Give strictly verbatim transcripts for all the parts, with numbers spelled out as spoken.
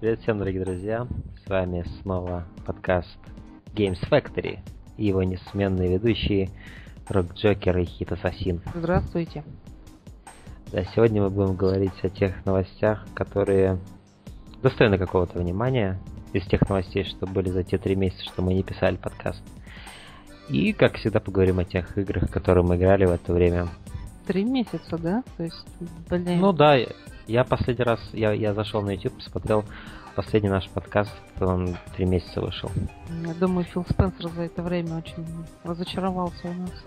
Привет всем, дорогие друзья! С вами снова подкаст Games Factory и его несменные ведущие Рок Джокер и Хит Ассасин. Здравствуйте! Да, сегодня мы будем говорить о тех новостях, которые достойны какого-то внимания из тех новостей, что были за те три месяца, что мы не писали подкаст. И, как всегда, поговорим о тех играх, которые мы играли в это время. Три месяца, да? То есть, блин. Ну да, я последний раз, я, я зашел на YouTube, посмотрел последний наш подкаст, он три месяца вышел. Я думаю, Фил Спенсер за это время очень разочаровался у нас.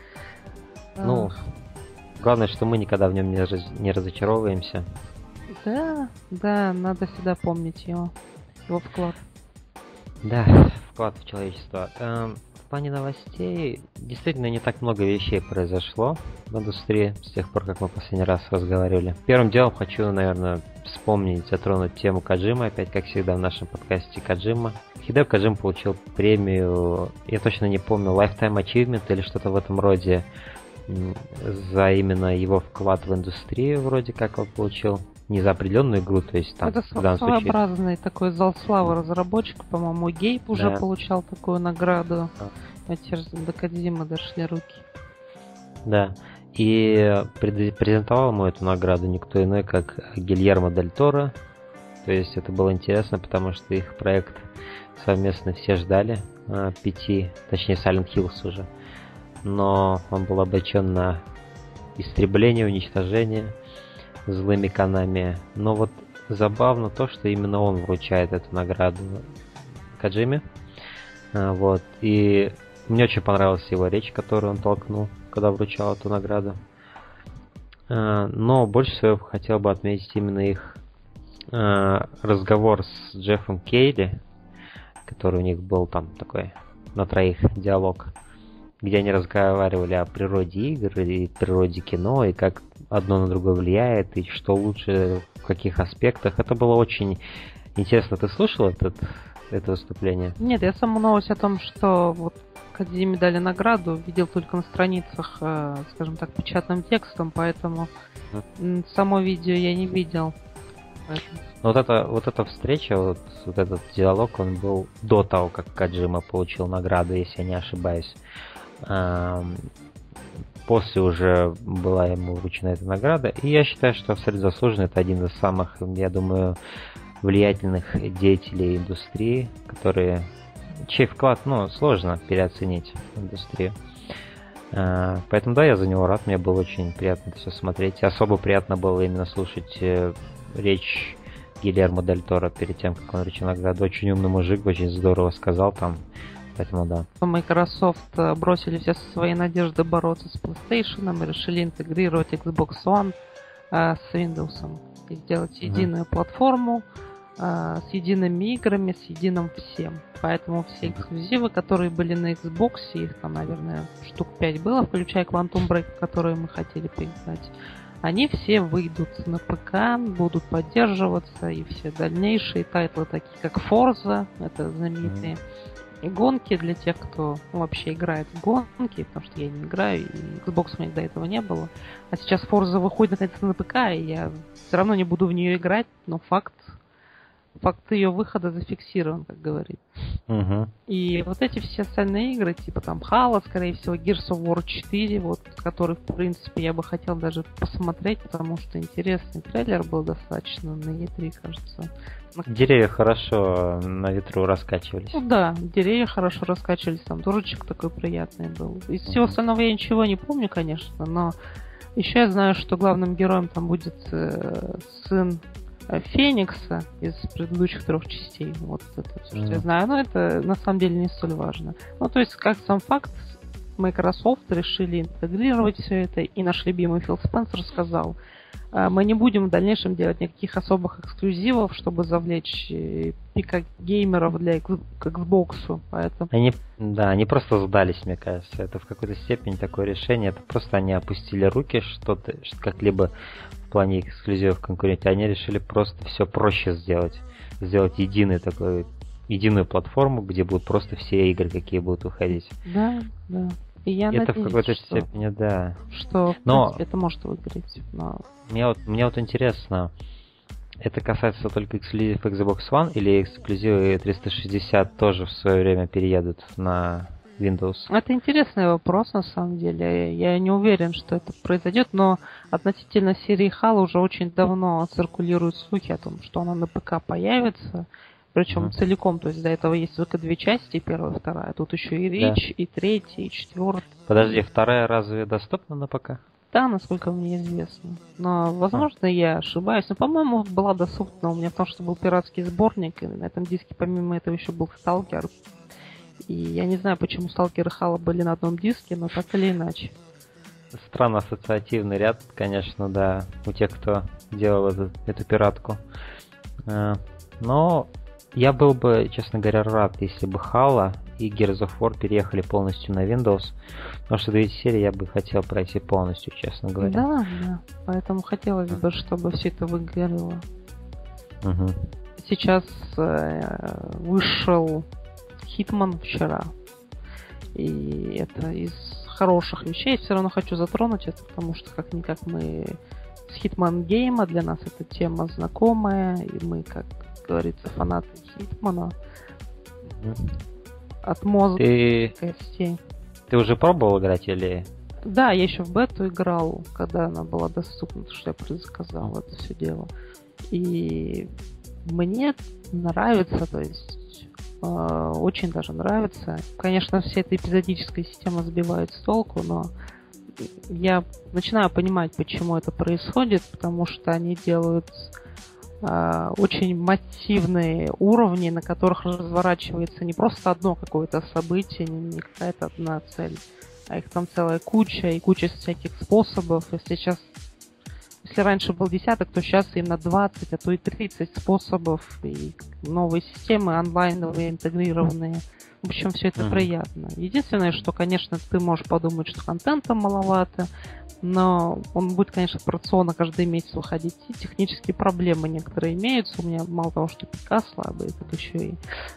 Ну, Ах. Главное, что мы никогда в нем не, раз, не разочаровываемся. Да, да, надо всегда помнить его, его вклад. Да, вклад в человечество. Эм, в плане новостей действительно не так много вещей произошло в индустрии с тех пор, как мы последний раз разговаривали. Первым делом хочу, наверное, вспомнить, затронуть тему Коджимы, опять как всегда в нашем подкасте Коджима. Хидео Коджима получил премию, я точно не помню, Lifetime Achievement или что-то в этом роде, за именно его вклад в индустрию, вроде как он получил. Не за определенную игру, то есть там... Это своеобразный случае... такой зал славы разработчика, по-моему, Гейб уже да. получал такую награду. Да. А теперь до Кодзимы дошли руки. Да. И презентовал ему эту награду никто иной, как Гильермо Дель Торо. То есть это было интересно, потому что их проект совместно все ждали. Пяти, точнее Silent Hills уже. Но он был обречен на истребление, уничтожение злыми Konami. Но вот забавно то, что именно он вручает эту награду Коджиме. А, вот. И мне очень понравилась его речь, которую он толкнул, когда вручал эту награду. А, но больше всего я хотел бы отметить именно их а, разговор с Джеффом Кейли, который у них был там такой на троих диалог, где они разговаривали о природе игр и природе кино, и как одно на другое влияет, и что лучше, в каких аспектах. Это было очень интересно. Ты слушал этот, это выступление? Нет, я саму новость о том, что вот Кодзиме дали награду, видел только на страницах, скажем так, печатным текстом, поэтому mm. само видео я не видел. Вот эта, вот эта встреча, вот, вот этот диалог, он был до того, как Коджима получил награду, если я не ошибаюсь. После уже была ему вручена эта награда. И я считаю, что абсолютно заслуженно. Это один из самых, я думаю, влиятельных деятелей индустрии, которые... чей вклад, ну, сложно переоценить в индустрию. Поэтому, да, я за него рад. Мне было очень приятно это все смотреть. И особо приятно было именно слушать речь Гильермо Дель Торо перед тем, как он вручил награду. Очень умный мужик, очень здорово сказал там. Поэтому да. Microsoft бросили все свои надежды бороться с PlayStation и решили интегрировать Xbox One э, с Windows и сделать mm-hmm. единую платформу э, с едиными играми, с единым всем. Поэтому все эксклюзивы, которые были на Xbox, их там, наверное, штук пять было, включая Quantum Break, которые мы хотели поиграть, они все выйдут на ПК, будут поддерживаться, и все дальнейшие тайтлы, такие как Forza, это знаменитые mm-hmm. И гонки для тех, кто ну, вообще играет в гонки, потому что я не играю, и Xbox у меня до этого не было. А сейчас Forza выходит наконец-то на ПК, и я все равно не буду в нее играть, но факт, факт ее выхода зафиксирован, как говорит. Uh-huh. И вот эти все остальные игры, типа там Halo, скорее всего, Gears of War четыре, вот, который, в принципе, я бы хотел даже посмотреть, потому что интересный трейлер был достаточно на и три, кажется. Деревья хорошо на ветру раскачивались. Ну да, деревья хорошо раскачивались, там дурачек такой приятный был. Из всего остального я ничего не помню, конечно, но еще я знаю, что главным героем там будет э, сын Феникса из предыдущих трех частей. Вот это все, что mm. я знаю. Но это на самом деле не столь важно. Ну, то есть, как сам факт, Microsoft решили интегрировать все это, и наш любимый Фил Спенсер сказал: мы не будем в дальнейшем делать никаких особых эксклюзивов, чтобы завлечь пика-геймеров для Xbox. Поэтому... Они, да, они просто сдались, мне кажется. Это в какой-то степени такое решение. Это просто они опустили руки, что-то, как-либо в плане эксклюзивов конкуренции. Они решили просто все проще сделать. Сделать единый такой, единую платформу, где будут просто все игры, какие будут выходить. Да, да. И я это надеюсь, в какой-то что, степени, да. Что, в но принципе, это может выиграть. Но... Мне вот, мне вот интересно, Это касается только эксклюзивов Xbox One или эксклюзивы триста шестьдесят тоже в свое время переедут на Windows? Это интересный вопрос, на самом деле. Я не уверен, что это произойдет, но относительно серии Halo уже очень давно циркулируют слухи о том, что она на ПК появится. Причем mm-hmm. целиком, то есть до этого есть только две части, первая и вторая. Тут еще и Рич, да. и третья, и четвертая. Подожди, вторая разве доступна на ПК? Да, насколько мне известно. Но, возможно, а. я ошибаюсь. Но, по-моему, была доступна у меня, потому что был пиратский сборник, и на этом диске, помимо этого, еще был Сталкер. И я не знаю, почему Сталкер и Halo были на одном диске, но так или иначе. Странно ассоциативный ряд, конечно, да, у тех, кто делал эту, эту пиратку. Но я был бы, честно говоря, рад, если бы Halo и Gears of War переехали полностью на Windows, потому что две серии я бы хотел пройти полностью, честно говоря. Да, да. Поэтому хотелось бы, чтобы все это выгорело. Угу. Сейчас э, вышел Hitman вчера. И это из хороших вещей. Все равно хочу затронуть это, потому что как-никак мы с Hitman Game, а для нас эта тема знакомая, и мы, как говорится, фанаты Хитмана. Mm-hmm. От мозга ты... до костей. Ты уже пробовал играть или... Да, я еще в бету играл, когда она была доступна, потому что я предзаказал это все дело. И мне нравится, то есть э, очень даже нравится. Конечно, вся эта эпизодическая система сбивает с толку, но я начинаю понимать, почему это происходит, потому что они делают очень массивные уровни, на которых разворачивается не просто одно какое-то событие, не какая-то одна цель, а их там целая куча и куча всяких способов. И сейчас, если раньше был десяток, то сейчас именно двадцать, а то и тридцать способов и новые системы онлайновые, интегрированные. В общем, все это mm-hmm. приятно. Единственное, что, конечно, ты можешь подумать, что контента маловато, но он будет, конечно, порционно каждый месяц выходить. И технические проблемы некоторые имеются. У меня мало того, что ПК слабый, так еще и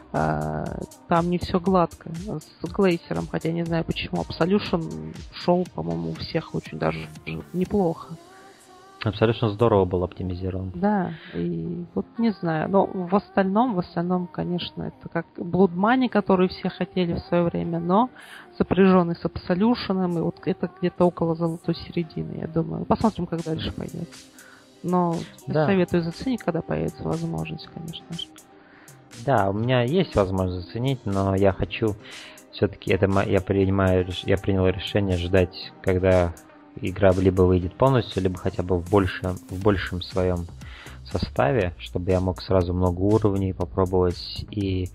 а, там не все гладко. С Глейсером, хотя я не знаю почему, Absolution шел, по-моему, у всех очень даже неплохо. Абсолютно здорово был оптимизирован. Да, и вот не знаю. Но в остальном, в остальном, конечно, это как Blood Money, который все хотели в свое время, но сопряженный с Absolution, и вот это где-то около золотой середины, я думаю. Посмотрим, как дальше пойдет. Но да. советую заценить, когда появится возможность, конечно же. Да, у меня есть возможность заценить, но я хочу все-таки это я принимаю, я принял решение ждать, когда игра либо выйдет полностью, либо хотя бы в большем, в большем своем составе, чтобы я мог сразу много уровней попробовать. И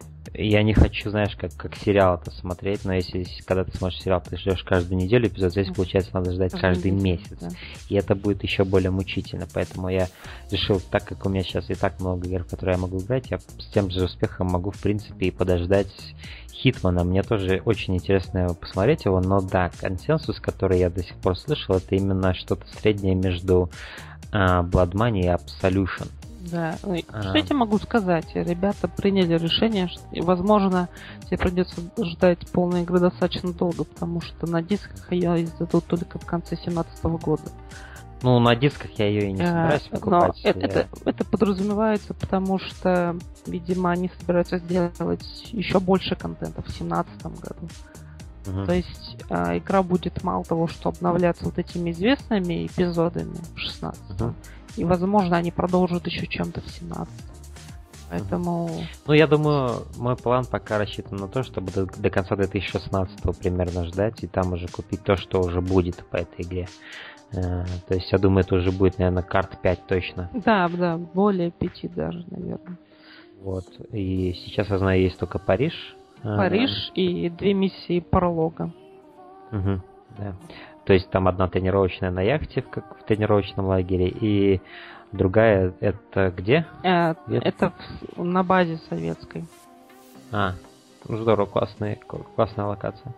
я не хочу, знаешь, как, как сериал это смотреть, но если когда ты смотришь сериал, ты ждешь каждую неделю эпизод, здесь, получается, надо ждать каждый месяц. Да. И это будет еще более мучительно. Поэтому я решил, так как у меня сейчас и так много игр, в которые я могу играть, я с тем же успехом могу, в принципе, и подождать Хитмана. Мне тоже очень интересно посмотреть его, но да, консенсус, который я до сих пор слышал, это именно что-то среднее между uh, Blood Money и Absolution. Да, а... что я тебе могу сказать? Ребята приняли решение, что, возможно, тебе придется ждать полной игры достаточно долго, потому что на дисках ее издадут только в конце две тысячи семнадцатого года. Ну, на дисках я ее и не собираюсь а, покупать. Но это, это, это подразумевается, потому что, видимо, они собираются сделать еще больше контента в две тысячи семнадцатом году. Uh-huh. То есть э, игра будет мало того, что обновляться вот этими известными эпизодами в шестнадцатом, uh-huh. и, возможно, они продолжат еще чем-то в семнадцатом. Поэтому... Ну, я думаю, мой план пока рассчитан на то, чтобы до, до конца две тысячи шестнадцатого примерно ждать, и там уже купить то, что уже будет по этой игре. Uh, то есть, я думаю, это уже будет, наверное, карт пять точно. Да, да, более пяти даже, наверное. Вот. И сейчас, я знаю, есть только Париж. Париж uh, и две миссии пролога. Угу, да. То есть, там одна тренировочная на яхте, как в тренировочном лагере, и другая, это где? Uh, это в, на базе советской. А, здорово, классная, классная локация.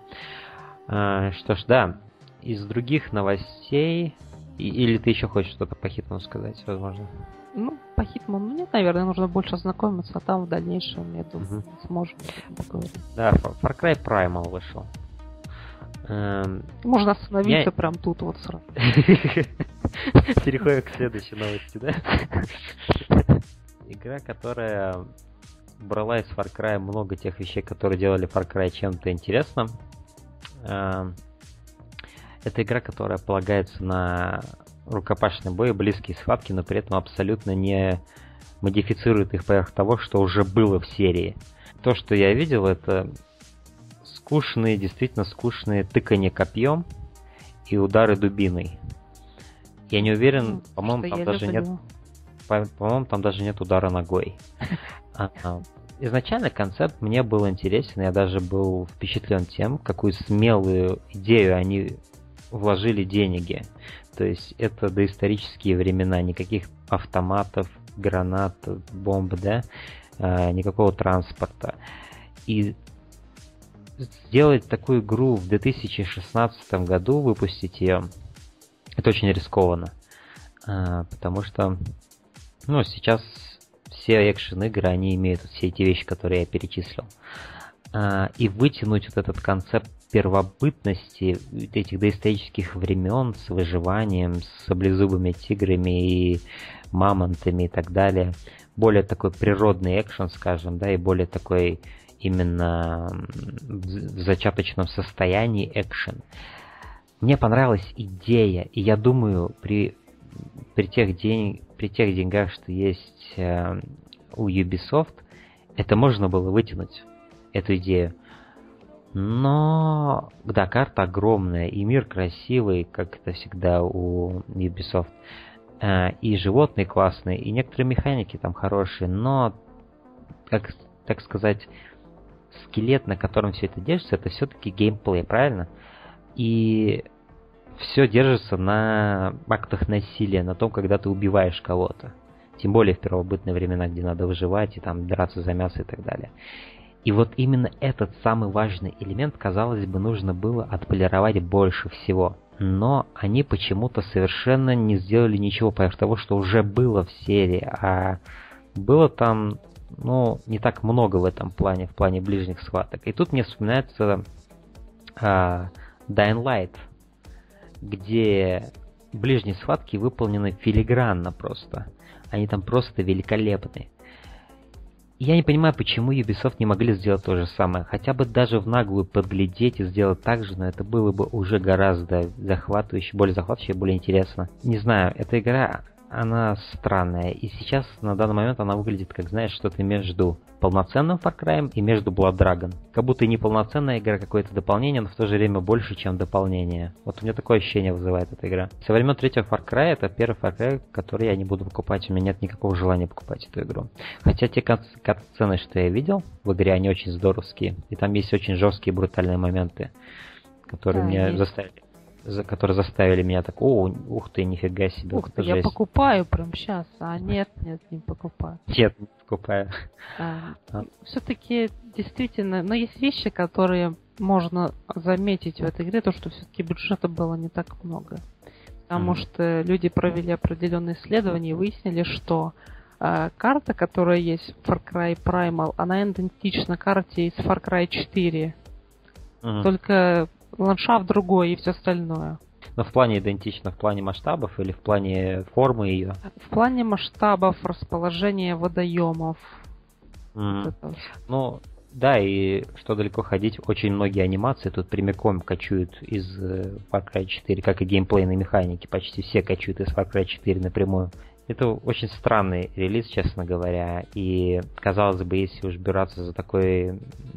Uh, что ж, да. Из других новостей... Или ты еще хочешь что-то по Хитману сказать, возможно? Ну, по Хитману нет, наверное, нужно больше ознакомиться, а там в дальнейшем, я думаю, угу. сможем поговорить. Да, Far Cry Primal вышел. Можно остановиться я... прям тут вот сразу. Переходим к следующей новости, да? Игра, которая брала из Far Cry много тех вещей, которые делали Far Cry чем-то интересным. Это игра, которая полагается на рукопашный бой и близкие схватки, но при этом абсолютно не модифицирует их поверх того, что уже было в серии. То, что я видел, это скучные, действительно скучные тыканье копьем и удары дубиной. Я не уверен, ну, по-моему, там даже люблю. нет, по- по-моему, там даже нет удара ногой. Изначально концепт мне был интересен, я даже был впечатлен тем, какую смелую идею они вложили деньги. То есть это доисторические времена, никаких автоматов, гранат, бомб, да, никакого транспорта. И сделать такую игру в две тысячи шестнадцатом году, выпустить ее, это очень рискованно. Потому что, ну, сейчас все экшен-игры, они имеют все эти вещи, которые я перечислил. И вытянуть вот этот концепт первобытности этих доисторических времен с выживанием, с саблезубыми тиграми и мамонтами и так далее. Более такой природный экшен, скажем, да, и более такой именно в зачаточном состоянии экшен. Мне понравилась идея, и я думаю, при, при, тех, день, при тех деньгах, что есть э, у Ubisoft, это можно было вытянуть, эту идею. Но, да, карта огромная, и мир красивый, как это всегда у Ubisoft. И животные классные, и некоторые механики там хорошие, но, как так сказать, скелет, на котором все это держится, это все-таки геймплей, правильно? И все держится на актах насилия, на том, когда ты убиваешь кого-то. Тем более в первобытные времена, где надо выживать и там драться за мясо и так далее. И вот именно этот самый важный элемент, казалось бы, нужно было отполировать больше всего. Но они почему-то совершенно не сделали ничего поверх того, что уже было в серии. А было там, ну, не так много в этом плане, в плане ближних схваток. И тут мне вспоминается а, Dying Light, где ближние схватки выполнены филигранно просто. Они там просто великолепны. Я не понимаю, почему Ubisoft не могли сделать то же самое. Хотя бы даже в наглую подглядеть и сделать так же, но это было бы уже гораздо захватывающе, более захватывающе, более интересно. Не знаю, эта игра, она странная. И сейчас, на данный момент, она выглядит, как, знаешь, что-то между полноценным Far Cry и между Blood Dragon. Как будто и не полноценная игра, какое-то дополнение, но в то же время больше, чем дополнение. Вот у меня такое ощущение вызывает эта игра. Со времен третьего Far Cry это первый Far Cry, который я не буду покупать. У меня нет никакого желания покупать эту игру. Хотя те кат-сцены, что я видел в игре, они очень здоровские. И там есть очень жесткие брутальные моменты, которые да, меня есть. заставили. За, которые заставили меня так, о, ух ты, нифига себе. Ух ты, я жесть. покупаю прям сейчас, а нет, нет, не покупаю. Нет, не покупаю. А, а. Все-таки действительно, но есть вещи, которые можно заметить в этой игре, то, что все-таки бюджета было не так много. Потому mm-hmm. что люди провели определенные исследования и выяснили, что а, карта, которая есть в Far Cry Primal, она идентична карте из Far Cry четыре. Mm-hmm. Только ландшафт другой и все остальное. Но в плане идентично, в плане масштабов или в плане формы ее? В плане масштабов, расположения водоемов. Mm. Вот ну, да, и что далеко ходить, очень многие анимации тут прямиком качуют из Far Cry четыре, как и геймплейные механики, почти все качуют из Far Cry четыре напрямую. Это очень странный релиз, честно говоря, и казалось бы, если уж браться за такой,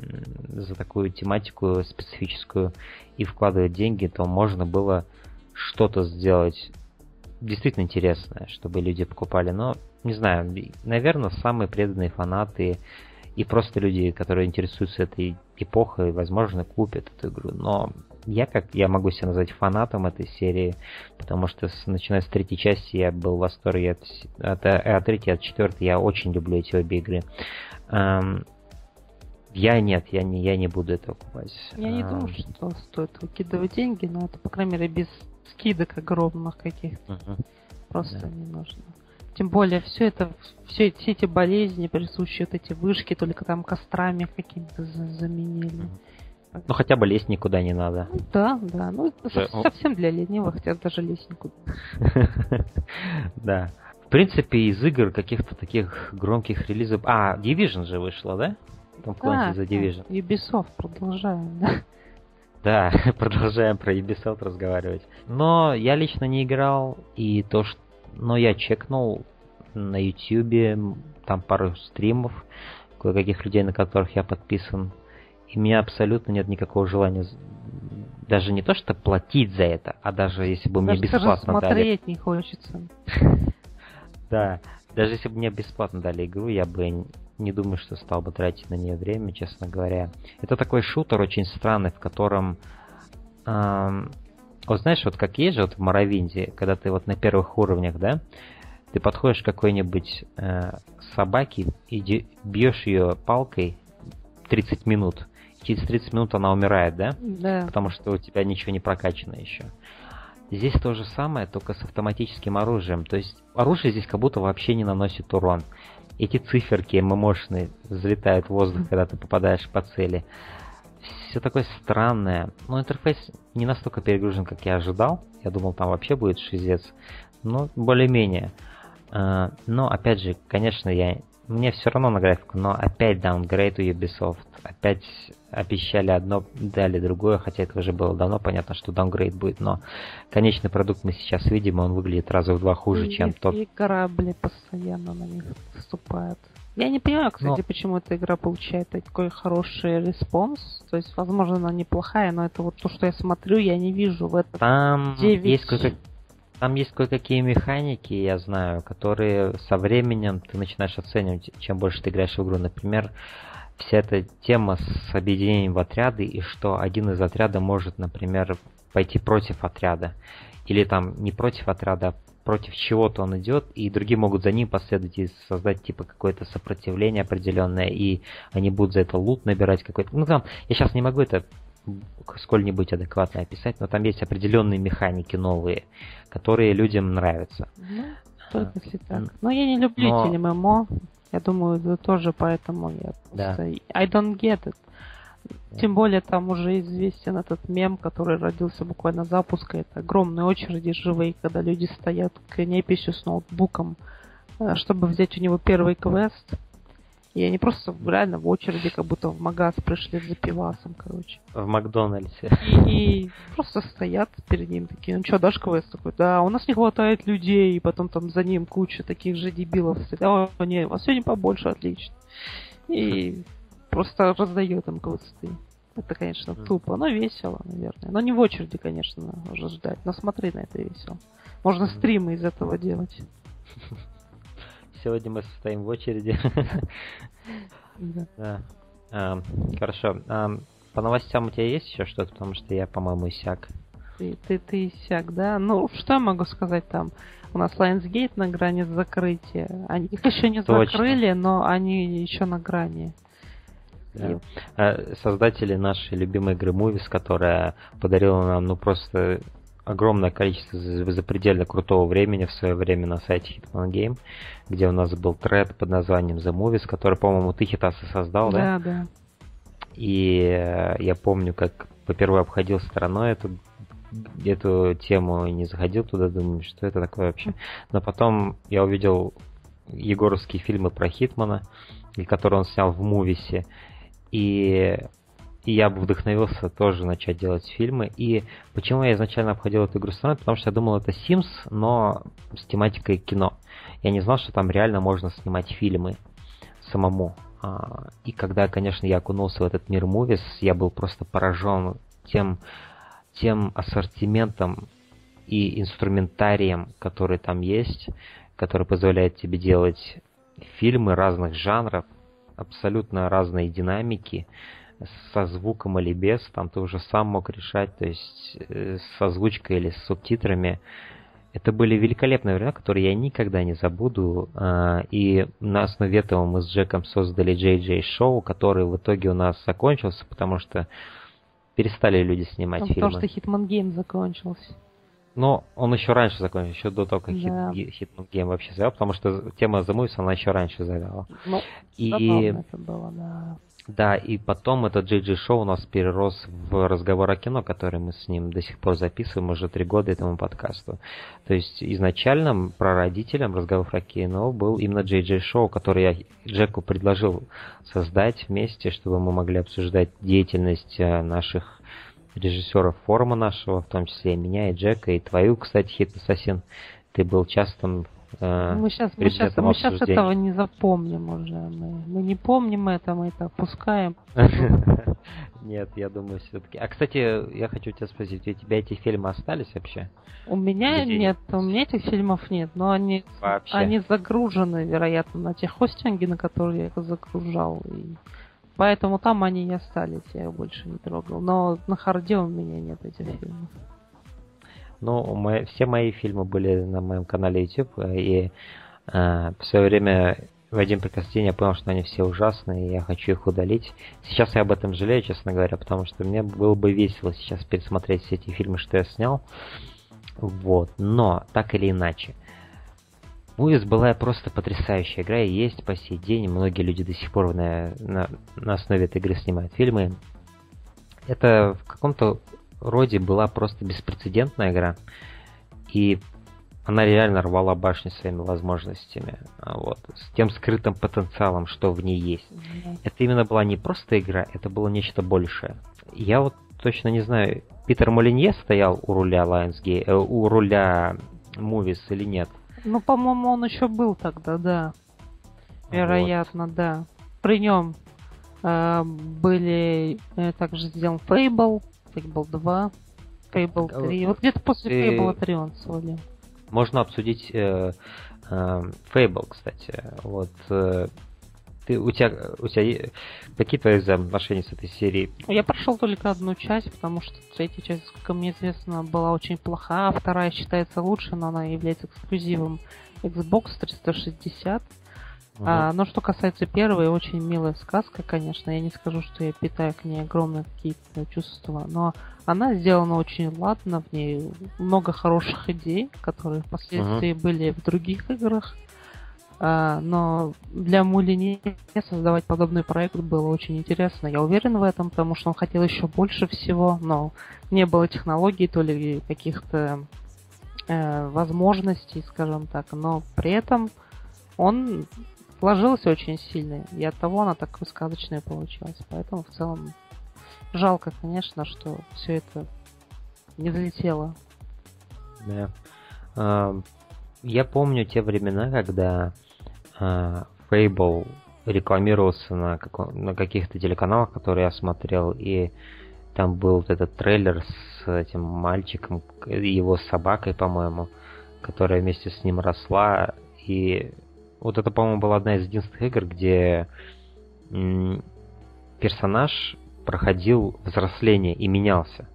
за такую тематику специфическую и вкладывать деньги, то можно было что-то сделать действительно интересное, чтобы люди покупали. Но, не знаю, наверное, самые преданные фанаты и просто люди, которые интересуются этой эпохой, возможно, купят эту игру. Но я как я могу себя назвать фанатом этой серии, потому что с, начиная с третьей части я был в восторге от, от, от третьей, от четвертой. Я очень люблю эти обе игры. Эм, я нет, я не, я не буду это покупать. Я не думаю, что стоит выкидывать деньги, но это, по крайней мере, без скидок огромных каких-то. Uh-huh. Просто да. не нужно. Тем более, все это, все, все эти болезни, присущие вот эти вышки, только там кострами какими-то заменили. Uh-huh. Ну, хотя бы лезть никуда не надо. Ну, да, да. Ну, это Да. совсем для ленивых, хотя даже лезть никуда. Да. В принципе, из игр каких-то таких громких релизов... А, Division же вышла, да? Том Клэнси за Division. Ubisoft, продолжаем, да? Да, продолжаем про Ubisoft разговаривать. Но я лично не играл, и то, что... Но я чекнул на YouTube, там пару стримов, кое-каких людей, на которых я подписан. И у меня абсолютно нет никакого желания даже не то, что платить за это, а даже если бы мне бесплатно дали... смотреть не хочется. Да, даже если бы мне бесплатно дали игру, я бы не думаю, что стал бы тратить на нее время, честно говоря. Это такой шутер очень странный, в котором... Эм, вот знаешь, вот как есть же вот в Моровинде, когда ты вот на первых уровнях, да, ты подходишь к какой-нибудь э, собаке и де- бьешь ее палкой тридцать минут. Через тридцать минут она умирает, да? Да. Потому что у тебя ничего не прокачано еще. Здесь то же самое, только с автоматическим оружием. То есть оружие здесь как будто вообще не наносит урон. Эти циферки эм-мошные взлетают в воздух, когда ты попадаешь по цели. Все такое странное. Но интерфейс не настолько перегружен, как я ожидал. Я думал, там вообще будет шизец. Но более-менее. Но опять же, конечно, я... Мне все равно на графику, но опять даунгрейд у Ubisoft. Опять обещали одно, дали другое, хотя это уже было давно понятно, что даунгрейд будет, но конечный продукт мы сейчас видим, и он выглядит раза в два хуже, и, чем и, тот. И корабли постоянно на них вступают. Я не понимаю, кстати, но... почему эта игра получает такой хороший респонс. То есть, возможно, она неплохая, но это вот то, что я смотрю, я не вижу в этом. Там девять... есть кое-какие... Там есть кое-какие механики, я знаю, которые со временем ты начинаешь оценивать, чем больше ты играешь в игру. Например, вся эта тема с объединением в отряды, и что один из отряда может, например, пойти против отряда. Или там не против отряда, а против чего-то он идет, и другие могут за ним последовать и создать типа какое-то сопротивление определенное, и они будут за это лут набирать какой-то. Ну там, я сейчас не могу это сколь-нибудь адекватно описать, но там есть определенные механики новые, которые людям нравятся. Ну, только а, если так. Но я не люблю но... эти эм эм о. Я думаю, это тоже поэтому я да. просто... I don't get it. Да. Тем более там уже известен этот мем, который родился буквально запуска. Это огромные очереди живые, когда люди стоят к неписью с ноутбуком, чтобы взять у него первый квест. И они просто реально в очереди, как будто в магаз пришли за пивасом, короче. В Макдональдсе. И, и просто стоят перед ним такие, ну что, дашь квест? Такой, да, у нас не хватает людей, и потом там за ним куча таких же дебилов стоит. О, не, у вас сегодня побольше, отлично. И просто раздает им квесты. Это, конечно, тупо, но весело, наверное. Но не в очереди, конечно, уже ждать. Но смотри на это весело. Можно стримы из этого делать. Сегодня мы стоим в очереди. Да. Да. А, хорошо. А, по новостям у тебя есть еще что-то? Потому что я, по-моему, иссяк. Ты, ты, ты иссяк, да? Ну, что я могу сказать там? У нас Lionsgate на грани закрытия. Они их еще не Точно. закрыли, но они еще на грани. Да. И... А, создатели нашей любимой игры Movies, которая подарила нам, ну, просто... огромное количество запредельно крутого времени в свое время на сайте Hitman Game, где у нас был тред под названием The Movies, который, по-моему, ты, Хитаса, создал, да? Да, да. И я помню, как попервые обходил стороной эту, эту тему и не заходил туда, думаю, что это такое вообще. Но потом я увидел егоровские фильмы про Хитмана, которые он снял в Мувисе, и... И я бы вдохновился тоже начать делать фильмы. И почему я изначально обходил эту игру стороной? Потому что я думал, это Sims, но с тематикой кино. Я не знал, что там реально можно снимать фильмы самому. И когда, конечно, я окунулся в этот мир Movies, я был просто поражен тем, тем ассортиментом и инструментарием, который там есть, который позволяет тебе делать фильмы разных жанров, абсолютно разные динамики, со звуком или без, там ты уже сам мог решать, то есть э, с озвучкой или с субтитрами. Это были великолепные времена, которые я никогда не забуду, э, и на основе этого мы с Джеком создали джей джей Show, который в итоге у нас закончился, потому что перестали люди снимать ну, фильмы. Потому что Hitman Game закончился. Но он еще раньше закончился, еще до того, как да. Hitman Game вообще завел, потому что тема The Movies, она еще раньше завела. Ну, и... это было, да. Да, и потом этот Джей Джей Шоу у нас перерос в разговор о кино, который мы с ним до сих пор записываем уже три года этому подкасту. То есть изначально прародителем разговора о кино был именно Джей Джей Шоу, который я Джеку предложил создать вместе, чтобы мы могли обсуждать деятельность наших режиссеров форума нашего, в том числе и меня, и Джека, и твою, кстати, Хит Ассасин. Ты был частым э, Мы сейчас, мы сейчас, мы сейчас этого не запомним уже. Мы, мы не помним это, мы это опускаем. Нет, я думаю, все-таки. А, кстати, я хочу тебя спросить, у тебя эти фильмы остались вообще? У меня нет, у меня этих фильмов нет, но они, они загружены, вероятно, на те хостинги, на которые я их загружал. И поэтому там они и остались, я их больше не трогал. Но на харде у меня нет этих фильмов. Ну, мои, все мои фильмы были на моем канале YouTube, и э, в свое время в один прекрасный день я понял, что они все ужасные, и я хочу их удалить. Сейчас я об этом жалею, честно говоря, потому что мне было бы весело сейчас пересмотреть все эти фильмы, что я снял. Вот. Но, так или иначе, Movies была просто потрясающая игра, и есть по сей день. Многие люди до сих пор на, на, на основе этой игры снимают фильмы. Это в каком-то роде была просто беспрецедентная игра, и она реально рвала башню своими возможностями, вот, с тем скрытым потенциалом, что в ней есть. Mm-hmm. Это именно была не просто игра, это было нечто большее. Я вот точно не знаю, Питер Молинье стоял у руля Lionsgate, э, у руля Movies или нет? Ну, по-моему, он еще был тогда, да. Вероятно, вот. Да. При нем э, были э, также сделан Fable, Fable два, Fable три. Вот где-то после и... Fable три он свалил. Можно обсудить э, э, Fable, кстати. Вот э, ты, у тебя, у тебя какие твои взаимоотношения с этой серией? Я прошел только одну часть, потому что третья часть, как мне известно, была очень плоха, а вторая считается лучше, но она является эксклюзивом Xbox триста шестьдесят. Uh-huh. А, но что касается первой, очень милая сказка, конечно. Я не скажу, что я питаю к ней огромные какие-то чувства, но она сделана очень ладно, в ней много хороших идей, которые впоследствии uh-huh. были в других играх. А, но для Мулини создавать подобный проект было очень интересно. Я уверен в этом, потому что он хотел еще больше всего, но не было технологий, то ли каких-то э, возможностей, скажем так. Но при этом он сложился очень сильно, и от того она такой сказочная получилась. Поэтому в целом жалко, конечно, что все это не залетело. Да. А, я помню те времена, когда а, Fable рекламировался на, как, на каких-то телеканалах, которые я смотрел, и там был вот этот трейлер с этим мальчиком и его собакой, по-моему, которая вместе с ним росла, и вот это, по-моему, была одна из единственных игр, где м- персонаж проходил взросление и менялся.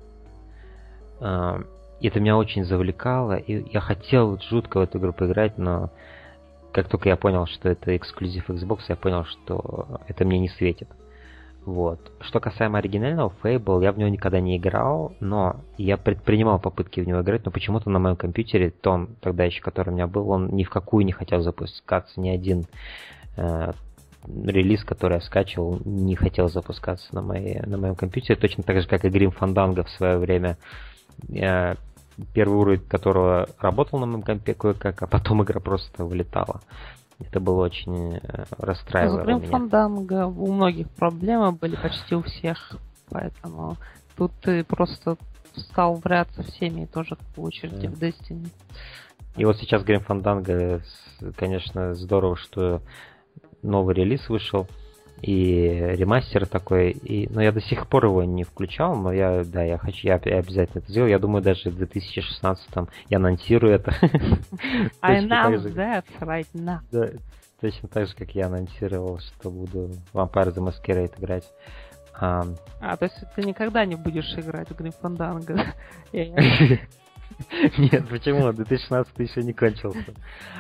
А, и это меня очень завлекало, и я хотел жутко в эту игру поиграть, но как только я понял, что это эксклюзив Xbox, я понял, что это мне не светит. Вот. Что касаемо оригинального Fable, я в него никогда не играл, но я предпринимал попытки в него играть, но почему-то на моем компьютере, том тогда еще, который у меня был, он ни в какую не хотел запускаться, ни один э, релиз, который я скачивал, не хотел запускаться на, моей, на моем компьютере, точно так же, как и Grim Fandango в свое время. Я, первый уровень которого работал на моем компе кое-как, а потом игра просто вылетала. Это было очень расстраивало меня. С Grim Fandango у многих проблемы были, почти у всех, поэтому тут ты просто стал вряться всеми, тоже по очереди yeah. в Destiny. И вот сейчас Grim Fandango, конечно, здорово, что новый релиз вышел, и ремастер такой, и, но я до сих пор его не включал, но я, да, я хочу, я обязательно это сделаю. Я думаю, даже в две тысячи шестнадцатом я анонсирую это. I announce that right now. Да, точно так же, как я анонсировал, что буду Vampire the Masquerade играть. А, а то есть ты никогда не будешь играть в Grim Fandango? Нет, почему? две тысячи шестнадцатый еще не кончился.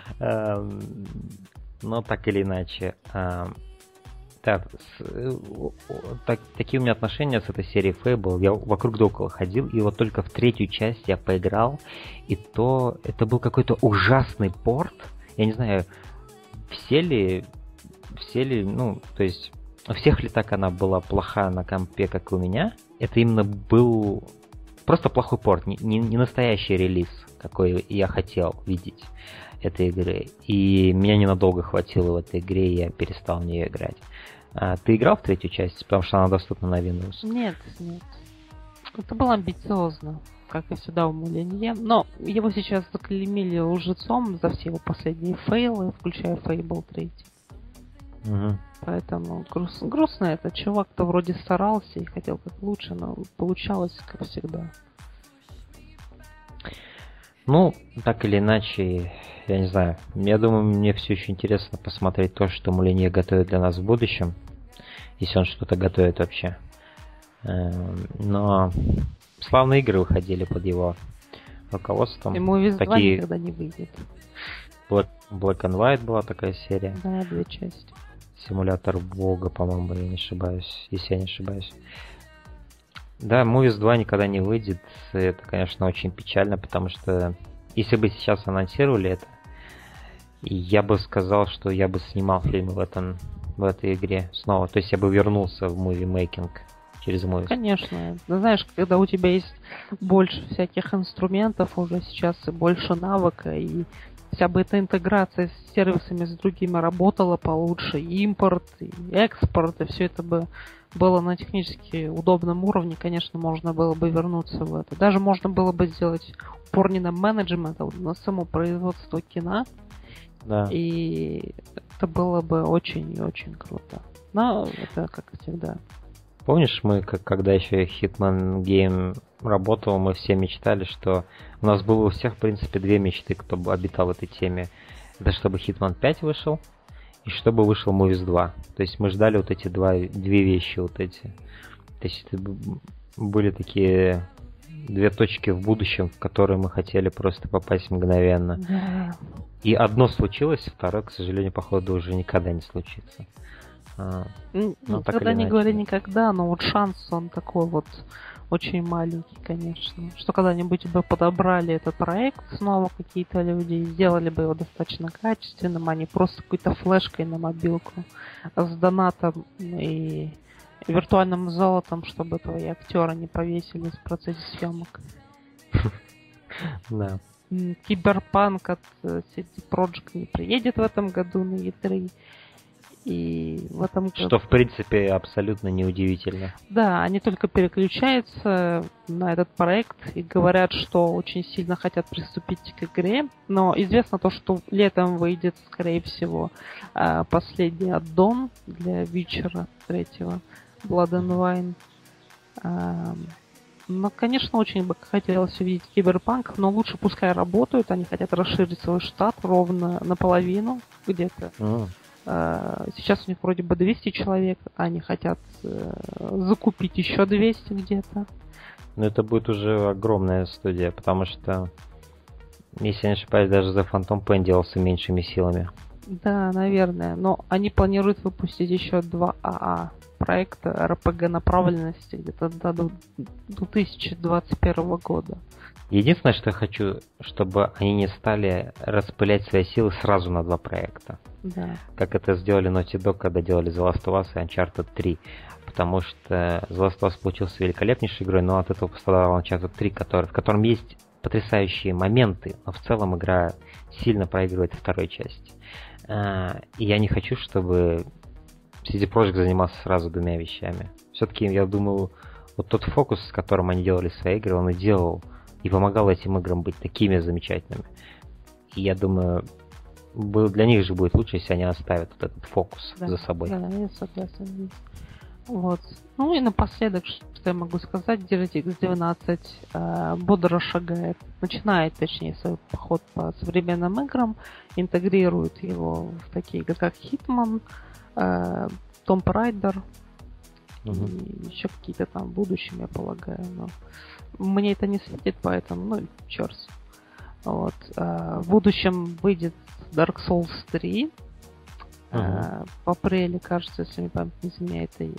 Но так или иначе... Так, с, так, такие у меня отношения с этой серией Fable. Я вокруг да около ходил, и вот только в третью часть я поиграл, и то это был какой-то ужасный порт. Я не знаю, все ли, все ли, ну, то есть у всех ли так она была плоха на компе, как и у меня, это именно был просто плохой порт, не, не, не настоящий релиз, какой я хотел видеть этой игры. И меня ненадолго хватило в этой игре, и я перестал в нее играть. А ты играл в третью часть, потому что она доступна на Windows? Нет, нет. Это было амбициозно, как и всегда у Молинье. Но его сейчас заклеймили лжецом за все его последние фейлы, включая Fable три. Угу. Поэтому груз, грустно это. Чувак-то вроде старался и хотел как лучше, но получалось как всегда. Ну, так или иначе, я не знаю. Я думаю, мне все еще интересно посмотреть то, что Молинье готовит для нас в будущем. Если он что-то готовит вообще. Но славные игры выходили под его руководством. Ему Movies такие... два никогда не выйдет. Black, Black and White была такая серия. Да, две части. Симулятор Бога, по-моему, я не ошибаюсь. Если я не ошибаюсь. Да, Movies два никогда не выйдет. Это, конечно, очень печально, потому что если бы сейчас анонсировали это, я бы сказал, что я бы снимал фильмы в этом в этой игре снова. То есть я бы вернулся в муви-мейкинг через Movies. Конечно. Ты знаешь, когда у тебя есть больше всяких инструментов уже сейчас и больше навыка, и вся бы эта интеграция с сервисами с другими работала получше, и импорт, и экспорт, и все это бы было на технически удобном уровне, конечно, можно было бы вернуться в это. Даже можно было бы сделать упор не на менеджмент, а на само производство кино. Да. И это было бы очень и очень круто. Но это как всегда. Помнишь, мы, как, когда еще Hitman Game работал, мы все мечтали, что у нас было у всех, в принципе, две мечты, кто бы обитал в этой теме. Это чтобы Hitman пять вышел, и чтобы вышел Movies два. То есть мы ждали вот эти два, две вещи вот эти. То есть это были такие две точки в будущем, в которые мы хотели просто попасть мгновенно. Да. И одно случилось, второе, к сожалению, походу, уже никогда не случится. А, ну, ну, никогда не говори никогда, но вот шанс он такой вот очень маленький, конечно. Что когда-нибудь бы подобрали этот проект снова какие-то люди и сделали бы его достаточно качественным, а не просто какой-то флешкой на мобилку с донатом и виртуальным золотом, чтобы твои актеры не повесились в процессе съемок. Да. Киберпанк от си ди Projekt не приедет в этом году на и три. И в этом Что, в принципе, абсолютно неудивительно. Да, они только переключаются на этот проект и говорят, что очень сильно хотят приступить к игре. Но известно то, что летом выйдет, скорее всего, последний аддон для Witcher третьего, Blood and Wine. Ну, конечно, очень бы хотелось увидеть Киберпанк, но лучше пускай работают. Они хотят расширить свой штат ровно наполовину где-то. Mm. Сейчас у них вроде бы двести человек, а они хотят закупить еще двести где-то. Ну, это будет уже огромная студия, потому что, если я не ошибаюсь, даже The Phantom Pain делался меньшими силами. Да, наверное. Но они планируют выпустить еще два АА проекта эр пи джи направленности где-то до две тысячи двадцать первого года. Единственное, что я хочу, чтобы они не стали распылять свои силы сразу на два проекта. Да. Как это сделали Naughty Dog, когда делали The Last of Us и Uncharted три. Потому что The Last of Us получился великолепнейшей игрой, но от этого пострадал Uncharted три, который, в котором есть потрясающие моменты, но в целом игра сильно проигрывает второй части. И я не хочу, чтобы си ди Projekt занимался сразу двумя вещами. Все-таки, я думаю, вот тот фокус, с которым они делали свои игры, он и делал, и помогал этим играм быть такими замечательными. И я думаю, для них же будет лучше, если они оставят вот этот фокус да, за собой. Да, я согласен. Вот. Ну и напоследок, что я могу сказать, DirectX двенадцать э, бодро шагает, начинает, точнее, свой поход по современным играм, интегрирует его в такие игры, как Hitman, э, Tomb Raider, угу. И еще какие-то там в будущем, я полагаю, но мне это не светит, поэтому, ну, черт. Вот. В будущем выйдет Dark Souls три. Uh-huh. В апреле, кажется, если мне память не изменяет, это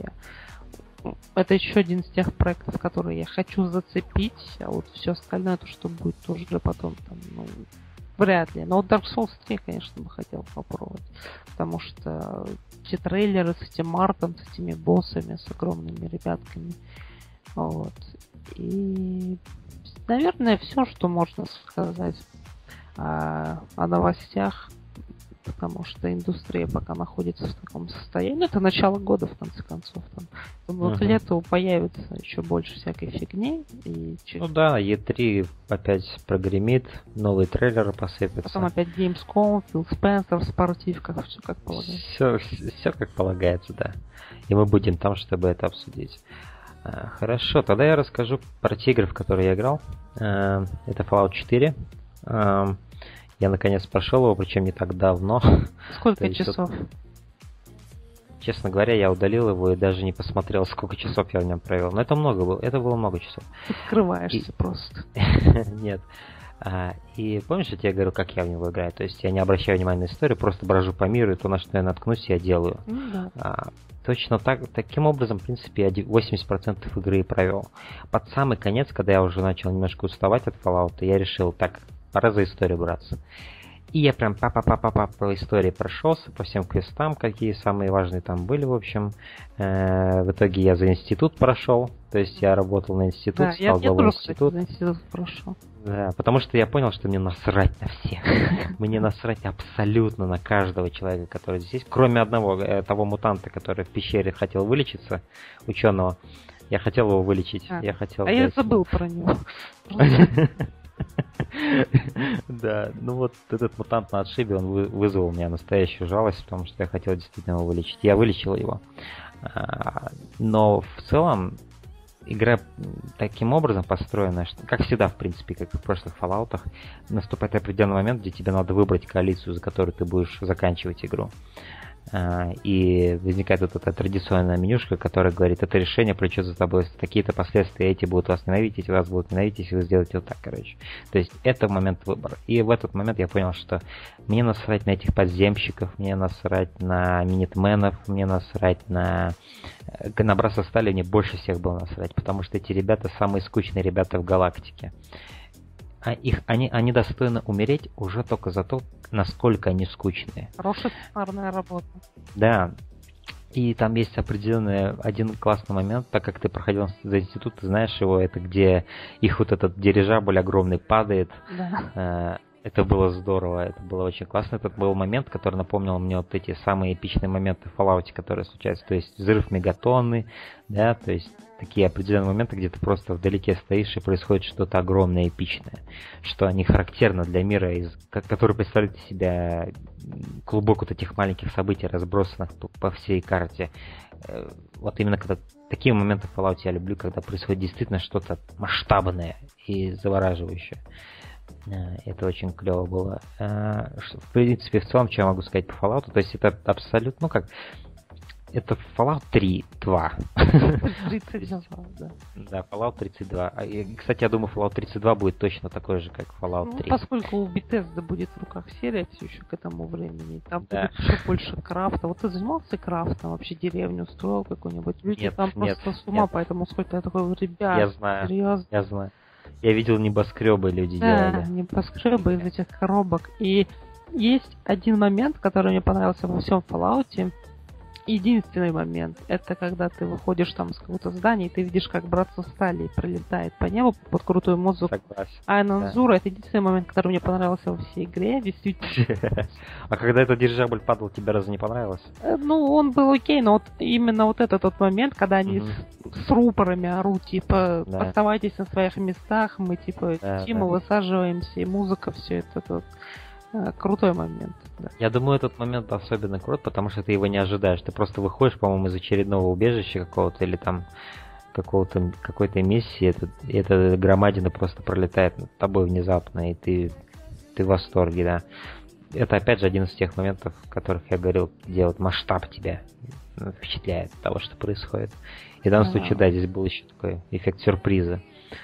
я. Это еще один из тех проектов, которые я хочу зацепить, а вот все остальное, то, что будет, тоже уже потом там, ну, вряд ли. Но вот Dark Souls три, конечно, бы хотел попробовать. Потому что те трейлеры с этим Мартом, с этими боссами, с огромными ребятками. Вот. И, наверное, все, что можно сказать о, о новостях. Потому что индустрия пока находится в таком состоянии. Ну, это начало года, в конце концов. Там, думаю, uh-huh. к лету появится еще больше всякой фигни. И... Ну да, и три опять прогремит, новые трейлеры посыпятся. Потом опять Gamescom, Фил Спенсер в спортивках, все как полагается. Все, все как полагается, да. И мы будем там, чтобы это обсудить. А, хорошо, тогда я расскажу про те игры, в которые я играл. А, это Fallout четыре. А, Я наконец прошел его, причем не так давно. Сколько часов? Вот, честно говоря, я удалил его и даже не посмотрел, сколько часов я в нем провел. Но это много было, это было много часов. Ты скрываешься и... просто. Нет. А, и помнишь, я тебе говорю, как я в него играю? То есть я не обращаю внимания на историю, просто брожу по миру, и то, на что я наткнусь, я делаю. Ну, да. а, точно так, таким образом, в принципе, я восемьдесят процентов игры провел. Под самый конец, когда я уже начал немножко уставать от Fallout, я решил, так, пора за историю браться. И я прям па-па-па-па-па по истории прошелся, по всем квестам, какие самые важные там были, в общем. Э-э- в итоге я за институт прошел, то есть я работал на институт, да, стал я, главой я института. За институт прошел. Да, потому что я понял, что мне насрать на всех. Мне насрать абсолютно на каждого человека, который здесь есть, кроме одного, того мутанта, который в пещере хотел вылечиться, ученого. Я хотел его вылечить. А, я хотел а я забыл про него. Да, ну вот этот мутант на отшибе, он вызвал у меня настоящую жалость, потому что я хотел действительно его вылечить. Я вылечил его. Но в целом игра таким образом построена, что, как всегда, в принципе, как и в прошлых Fallout'ах, наступает определенный момент, где тебе надо выбрать коалицию, за которую ты будешь заканчивать игру. И возникает вот эта традиционная менюшка, которая говорит, это решение влечет за тобой такие-то последствия, эти будут вас ненавидеть, эти вас будут ненавидеть, если вы сделаете вот так, короче. То есть это момент выбора. И в этот момент я понял, что мне насрать на этих подземщиков, мне насрать на минитменов, мне насрать на... На Братство Стали мне больше всех было насрать, потому что эти ребята самые скучные ребята в галактике. А их, они, они достойны умереть уже только за то, насколько они скучные. Хорошая сценарная работа. Да. И там есть определенный один классный момент, так как ты проходил за институт, ты знаешь его, это где их вот этот дирижабль огромный падает. Да. Это было здорово, это было очень классно. Это был момент, который напомнил мне вот эти самые эпичные моменты в Fallout, которые случаются. То есть взрыв мегатонны, да, то есть такие определенные моменты, где ты просто вдалеке стоишь и происходит что-то огромное, эпичное. Что они характерны для мира, из, который представляет из себя клубок вот этих маленьких событий, разбросанных по, по всей карте. Вот именно когда такие моменты в Fallout я люблю, когда происходит действительно что-то масштабное и завораживающее. Это очень клево было. В принципе, в целом, что я могу сказать по Fallout, то есть это абсолютно, ну как, это Fallout три два. тридцать два, да. Да, Fallout тридцать два. И, кстати, я думаю, Fallout тридцать два будет точно такой же, как Fallout три. Ну, поскольку у Bethesda будет в руках серия все еще к этому времени, там да. будет еще больше крафта. Вот ты занимался крафтом, вообще деревню строил какую-нибудь? Люди нет, там нет, просто с ума, нет. Поэтому сколько я такой, ребят, я знаю, серьезно. Я знаю. Я видел небоскребы люди да, делали. Да, небоскребы из этих коробок. И есть один момент, который мне понравился во всем Fallout. Единственный момент, это когда ты выходишь там из какого-то здания, и ты видишь, как Братство Стали пролетает по небу под крутую музыку. Согласен. А Нанзура, да. Это единственный момент, который мне понравился во всей игре, действительно. А когда этот дирижабль падал, тебе разве не понравилось? Ну, он был окей, но вот именно вот этот тот момент, когда они угу. с, с рупорами орут, типа, да. оставайтесь на своих местах, мы, типа, да, летим, да. мы высаживаемся, и музыка, все это тут. Крутой момент. Да. Я думаю, этот момент особенно крут, потому что ты его не ожидаешь. Ты просто выходишь, по-моему, из очередного убежища какого-то или там какого-то какой-то миссии, это, и эта громадина просто пролетает над тобой внезапно, и ты, ты в восторге, да. Это опять же один из тех моментов, о которых я говорил, где вот масштаб тебя впечатляет того, что происходит. И в данном а-а-а. случае, да, здесь был еще такой эффект сюрприза.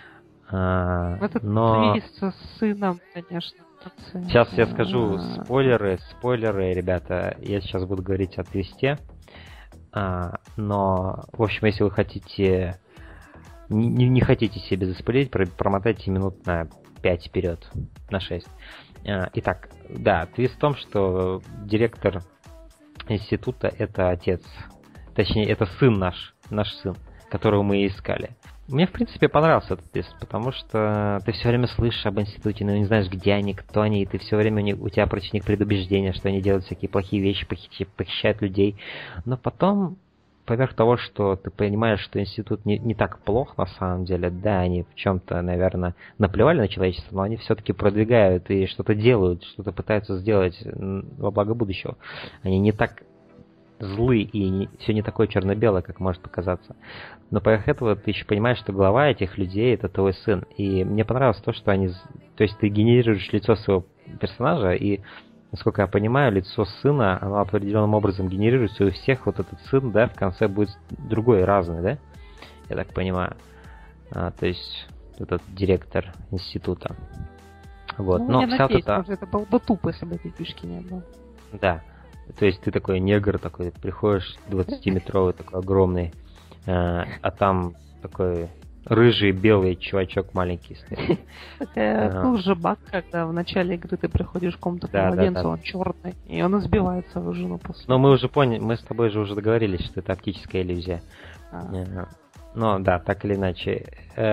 А, Этот но... твист с сыном, конечно. Сейчас я скажу спойлеры, спойлеры, ребята. Я сейчас буду говорить о твисте. А, но, в общем, если вы хотите не, не хотите себе заспойлерить, промотайте минут на пять вперед, на шесть. Итак, да, твист в том, что директор института — это отец. Точнее, это сын наш, наш сын, которого мы и искали. Мне, в принципе, понравился этот твист, потому что ты все время слышишь об институте, но не знаешь, где они, кто они, и ты все время у, них, у тебя против них предубеждение, что они делают всякие плохие вещи, похищают людей. Но потом, поверх того, что ты понимаешь, что институт не, не так плох на самом деле, да, они в чем-то, наверное, наплевали на человечество, но они все-таки продвигают и что-то делают, что-то пытаются сделать во благо будущего. Они не так злы и не, все не такое черно-белое, как может показаться. Но поверх этого ты еще понимаешь, что глава этих людей — это твой сын. И мне понравилось то, что они... То есть ты генерируешь лицо своего персонажа, и, насколько я понимаю, лицо сына, оно определенным образом генерируется, и у всех вот этот сын, да, в конце будет другой, разный, да? Я так понимаю. А, то есть этот директор института. Вот. Ну, но я вся надеюсь, вот эта... это было бы тупо, если бы этой фишки не было. Да. То есть ты такой негр, такой, приходишь, двадцатиметровый, такой огромный, э, а там такой рыжий, белый чувачок маленький стоит. Был же баг, когда в начале игры ты приходишь к какому-то младенцу, он черный, и он избивает свою жену после. Но мы уже поняли, мы с тобой же уже договорились, что это оптическая иллюзия. Но да, так или иначе.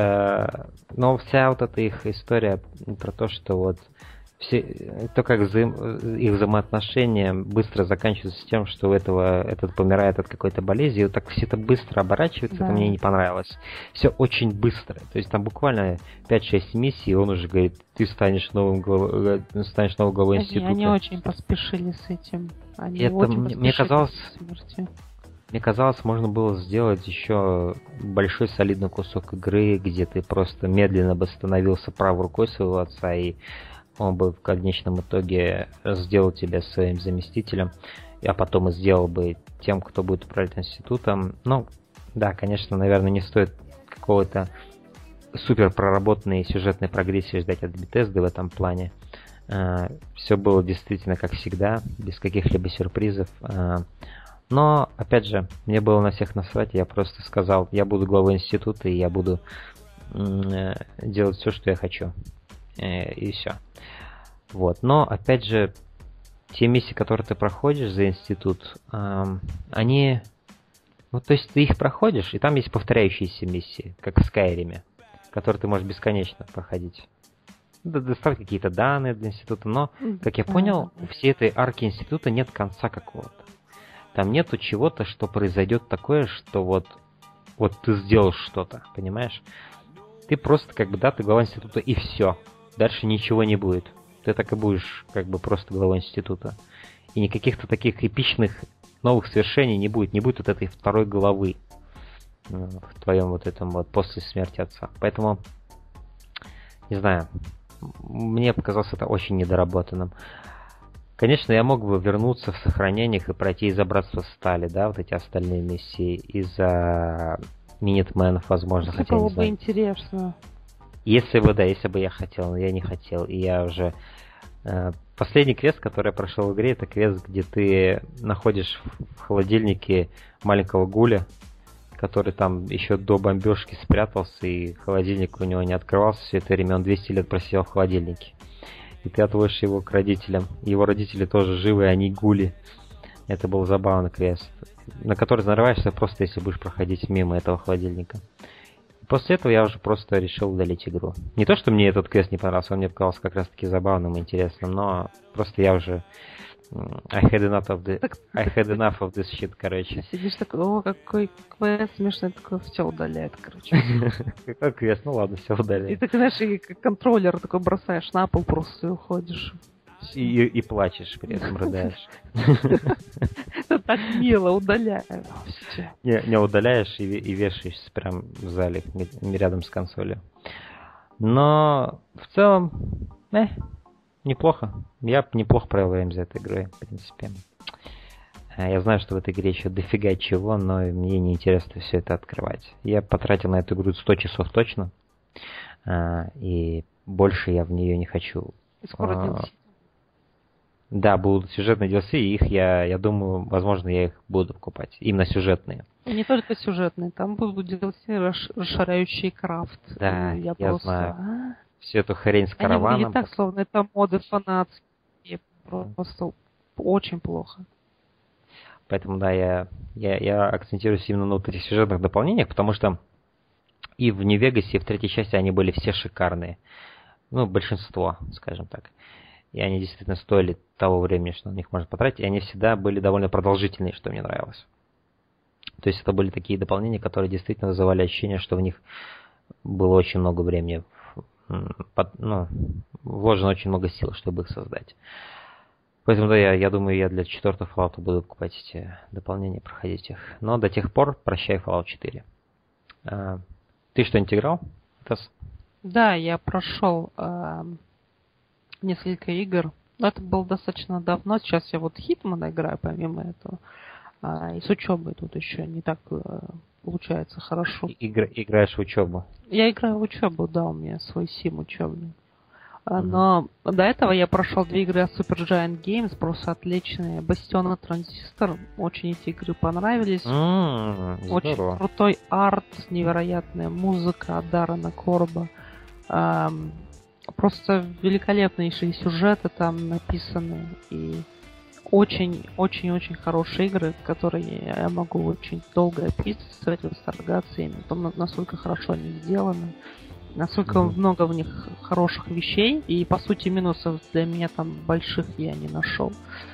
Но вся вот эта их история про то, что вот все, то, как взаим, их взаимоотношения быстро заканчиваются тем, что у этого этот помирает от какой-то болезни, и вот так все это быстро оборачивается, да. Это мне не понравилось. Все очень быстро. То есть там буквально пять-шесть миссий, и он уже говорит, ты станешь новым главой, станешь новым главой они, института. Они очень поспешили с этим. Они это очень мне, мне казалось, смерти. Мне казалось, можно было сделать еще большой солидный кусок игры, где ты просто медленно бы становился правой рукой своего отца, и он бы в конечном итоге сделал тебя своим заместителем, а потом и сделал бы тем, кто будет управлять институтом. Ну, да, конечно, наверное, не стоит какого-то супер проработанной сюжетной прогрессии ждать от Bethesda в этом плане. Все было действительно как всегда, без каких-либо сюрпризов. Но, опять же, мне было на всех насрать, я просто сказал, я буду главой института, и я буду делать все, что я хочу. И все. Вот. Но, опять же, те миссии, которые ты проходишь за институт, эм, они... Ну, то есть ты их проходишь, и там есть повторяющиеся миссии, как в Skyrim, которые ты можешь бесконечно проходить. Доставать какие-то данные для института, но, как я понял, у всей этой арки института нет конца какого-то. Там нету чего-то, что произойдет такое, что вот, вот ты сделал что-то, понимаешь? Ты просто как бы, да, ты глава института, и все. Дальше ничего не будет. Ты так и будешь как бы просто главой института. И никаких-то таких эпичных новых свершений не будет. Не будет вот этой второй главы в твоем вот этом вот после смерти отца. Поэтому, не знаю, мне показалось это очень недоработанным. Конечно, я мог бы вернуться в сохранениях и пройти из-за Братства Стали, да, вот эти остальные миссии, из-за Минитменов, возможно, это хотя было не бы знаю. интересно. Если бы, да, если бы я хотел, но я не хотел, и я уже... Э, последний квест, который я прошел в игре, это квест, где ты находишь в холодильнике маленького гуля, который там еще до бомбежки спрятался, и холодильник у него не открывался все это время, он двести лет просидел в холодильнике. И ты отводишь его к родителям. Его родители тоже живы, они гули. Это был забавный квест, на который нарываешься просто, если будешь проходить мимо этого холодильника. И после этого я уже просто решил удалить игру. Не то, что мне этот квест не понравился, он мне показался как раз-таки забавным и интересным, но просто я уже... I had enough of, the... I had enough of this shit, короче. Сидишь такой, о, какой квест смешной, такой, все удаляет, короче. Какой квест? Ну ладно, все удаляет. И ты, знаешь, и контроллер такой бросаешь на пол просто и уходишь. И, и, и плачешь, при этом рыдаешь. Это так мило, удаляешь. Не, не удаляешь и, и вешаешься прям в зале, рядом с консолью. Но в целом, э, неплохо. Я неплохо провел время за этой игрой, в принципе. Я знаю, что в этой игре еще дофига чего, но мне не интересно все это открывать. Я потратил на эту игру сто часов точно, и больше я в нее не хочу. И скоро ди эл си. Да, будут сюжетные ди эл си, и их я, я думаю, возможно, я их буду покупать. Именно сюжетные. И не только сюжетные, там будут ди эл си, расширяющие крафт. Да, И я, я просто... знаю. А? Всю эту хрень с караваном. Они выглядят так, словно это моды фанатские. Просто очень плохо. Поэтому, да, я, я, я акцентируюсь именно на вот этих сюжетных дополнениях, потому что и в Нью-Вегасе, и в третьей части они были все шикарные. Ну, большинство, скажем так. И они действительно стоили того времени, что на них можно потратить. И они всегда были довольно продолжительные, что мне нравилось. То есть это были такие дополнения, которые действительно вызывали ощущение, что в них было очень много времени, под, ну, вложено очень много сил, чтобы их создать. Поэтому, да, я, я думаю, я для четвертого Fallout буду покупать эти дополнения, проходить их. Но до тех пор прощай Fallout четыре. А, ты что-нибудь играл? Тас? Да, я прошел э, несколько игр. Но это было достаточно давно. Сейчас я вот Hitman играю, помимо этого. А, и с учебой тут еще не так э, получается хорошо. Игр, играешь в учебу? Я играю в учебу, да, у меня свой сим учебный. Но uh-huh. до этого я прошел две игры от Supergiant Games, просто отличные. Бастион и Транзистор. Очень эти игры понравились. Mm, очень здорово. Крутой арт, невероятная музыка от Даррена Корба. Эм, просто великолепнейшие сюжеты там написаны. И очень-очень-очень хорошие игры, которые я могу очень долго описывать, восторгаться ими. Том, насколько хорошо они сделаны. Насколько mm-hmm. много в них хороших вещей, и, по сути, минусов для меня там больших я не нашел.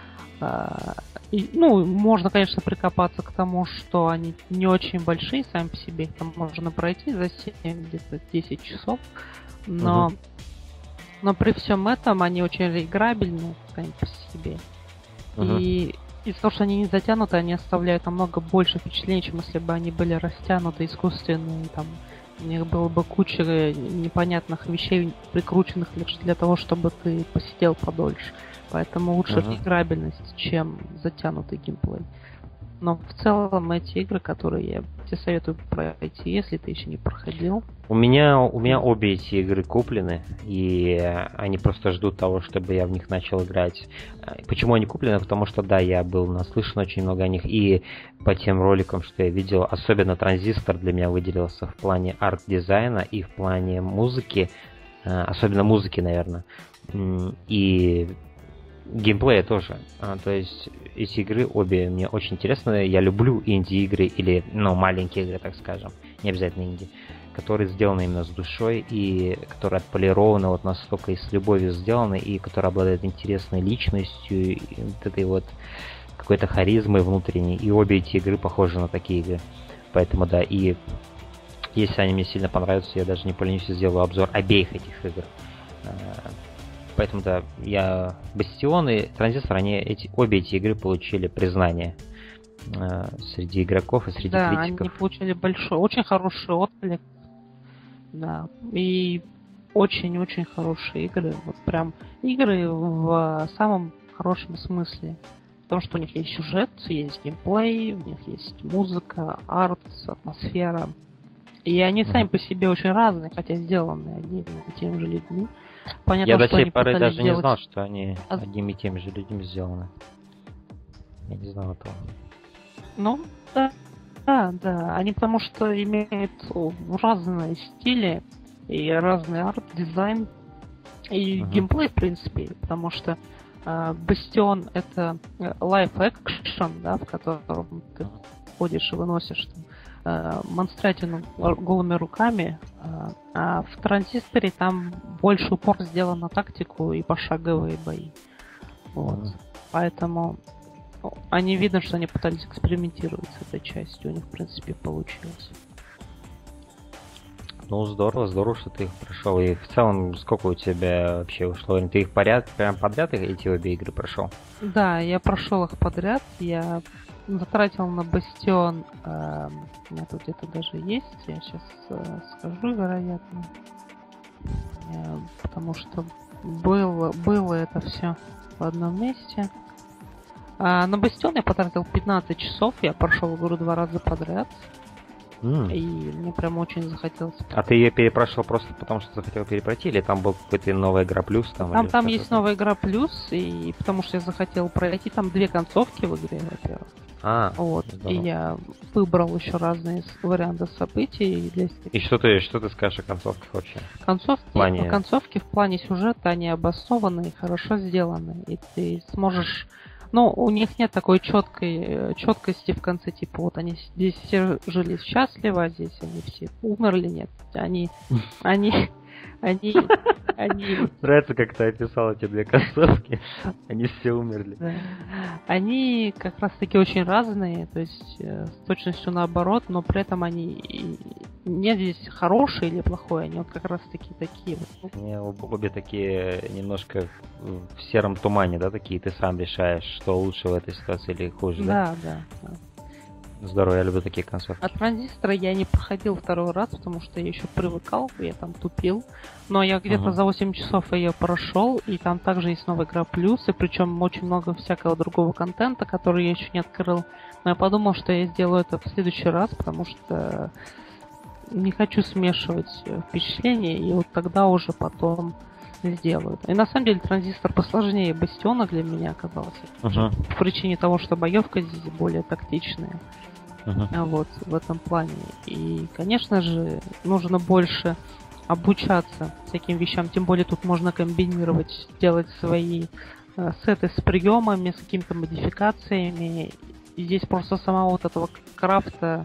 А, и, ну, можно, конечно, прикопаться к тому, что они не очень большие сами по себе, их там можно пройти за семь, где-то десять часов, но, mm-hmm. но при всем этом они очень реиграбельны сами по себе. Mm-hmm. И из-за того, что они не затянуты, они оставляют намного больше впечатлений, чем если бы они были растянуты, искусственные, там, у них было бы куча непонятных вещей, прикрученных лишь для того, чтобы ты посидел подольше. Поэтому лучше uh-huh. играбельность, чем затянутый геймплей. Но в целом эти игры, которые я тебе советую пройти, если ты еще не проходил. У меня, у меня обе эти игры куплены, и они просто ждут того, чтобы я в них начал играть. Почему они куплены? Потому что, да, я был наслышан очень много о них, и по тем роликам, что я видел, особенно Транзистор для меня выделился в плане арт-дизайна и в плане музыки, особенно музыки, наверное, и геймплея тоже. А, то есть эти игры обе мне очень интересны. Я люблю инди-игры или, ну, маленькие игры, так скажем, не обязательно инди, которые сделаны именно с душой и которые отполированы вот настолько и с любовью сделаны, и которые обладают интересной личностью, и вот этой вот какой-то харизмой внутренней. И обе эти игры похожи на такие игры. Поэтому, да, и если они мне сильно понравятся, я даже не поленюсь, сделаю обзор обеих этих игр. Поэтому, да, я Бастион и Транзистор, они эти, обе эти игры получили признание э, среди игроков и среди да, критиков. Да, они получили большой, очень хороший отклик. Да, и очень-очень хорошие игры. Вот прям игры в самом хорошем смысле. Потому что у них есть сюжет, есть геймплей, у них есть музыка, арт, атмосфера. И они сами mm-hmm. по себе очень разные, хотя сделаны одними и теми же людьми. Понятно, я до сей даже поры делать... не знал, что они а... одними и теми же людьми сделаны. Я не знал этого. Ну, да, да, да. Они потому что имеют разные стили и разный арт-дизайн и uh-huh. геймплей, в принципе, потому что э, Бастион — это лайф-экшн, да, в котором ты ходишь и выносишь там монстратину голыми руками, а в Транзисторе там больше упор сделан на тактику и пошаговые бои. Вот. Mm-hmm. Поэтому они видно, что они пытались экспериментировать с этой частью. У них, в принципе, получилось. Ну, здорово, здорово, что ты их прошел. И в целом, сколько у тебя вообще ушло? Ты их поряд, прям подряд эти обе игры прошел? Да, я прошел их подряд. Я затратил на Бастион, э, у меня тут где-то даже есть, я сейчас э, скажу, вероятно, э, потому что было, было это все в одном месте. А на Бастион я потратил пятнадцать часов, я прошел игру два раза подряд. Mm. И мне прям очень захотелось. А ты ее перепрашивал просто потому, что захотел перепройти, или там был какой-то новая игра плюс? Там, там там есть новая игра плюс, и потому что я захотел пройти, там две концовки в игре, во-первых. А, вот. Здорово. И я выбрал еще разные варианты событий. Для... И что ты, что ты скажешь о концовках вообще? Концовки в плане... концовки в плане сюжета, они обоснованы и хорошо сделаны. И ты сможешь... Ну, у них нет такой четкой четкости в конце, типа, вот они здесь все жили счастливо, а здесь они все умерли, нет. Они, они, они, они... Нравится, как ты описал эти две концовки. Они все умерли. Да. Они как раз таки очень разные, то есть с точностью наоборот, но при этом они нет здесь хорошие или плохое, они вот как раз таки такие вот. Не, обе такие немножко в сером тумане, да, такие, ты сам решаешь, что лучше в этой ситуации или хуже, да? Да, да. да. Здорово, я люблю такие концовки. От Транзистора я не проходил второй раз, потому что я еще привыкал, я там тупил. Но я где-то uh-huh. за восемь часов ее прошел, и там также есть новая игра плюс, и причем очень много всякого другого контента, который я еще не открыл. Но я подумал, что я сделаю это в следующий раз, потому что не хочу смешивать впечатления, и вот тогда уже потом сделаю. И на самом деле Транзистор посложнее Бастиона для меня оказался. Uh-huh. По причине того, что боевка здесь более тактичная. Uh-huh. Вот, в этом плане. И, конечно же, нужно больше обучаться всяким вещам. Тем более тут можно комбинировать, делать свои э, сеты с приемами, с какими-то модификациями. И здесь просто самого вот этого крафта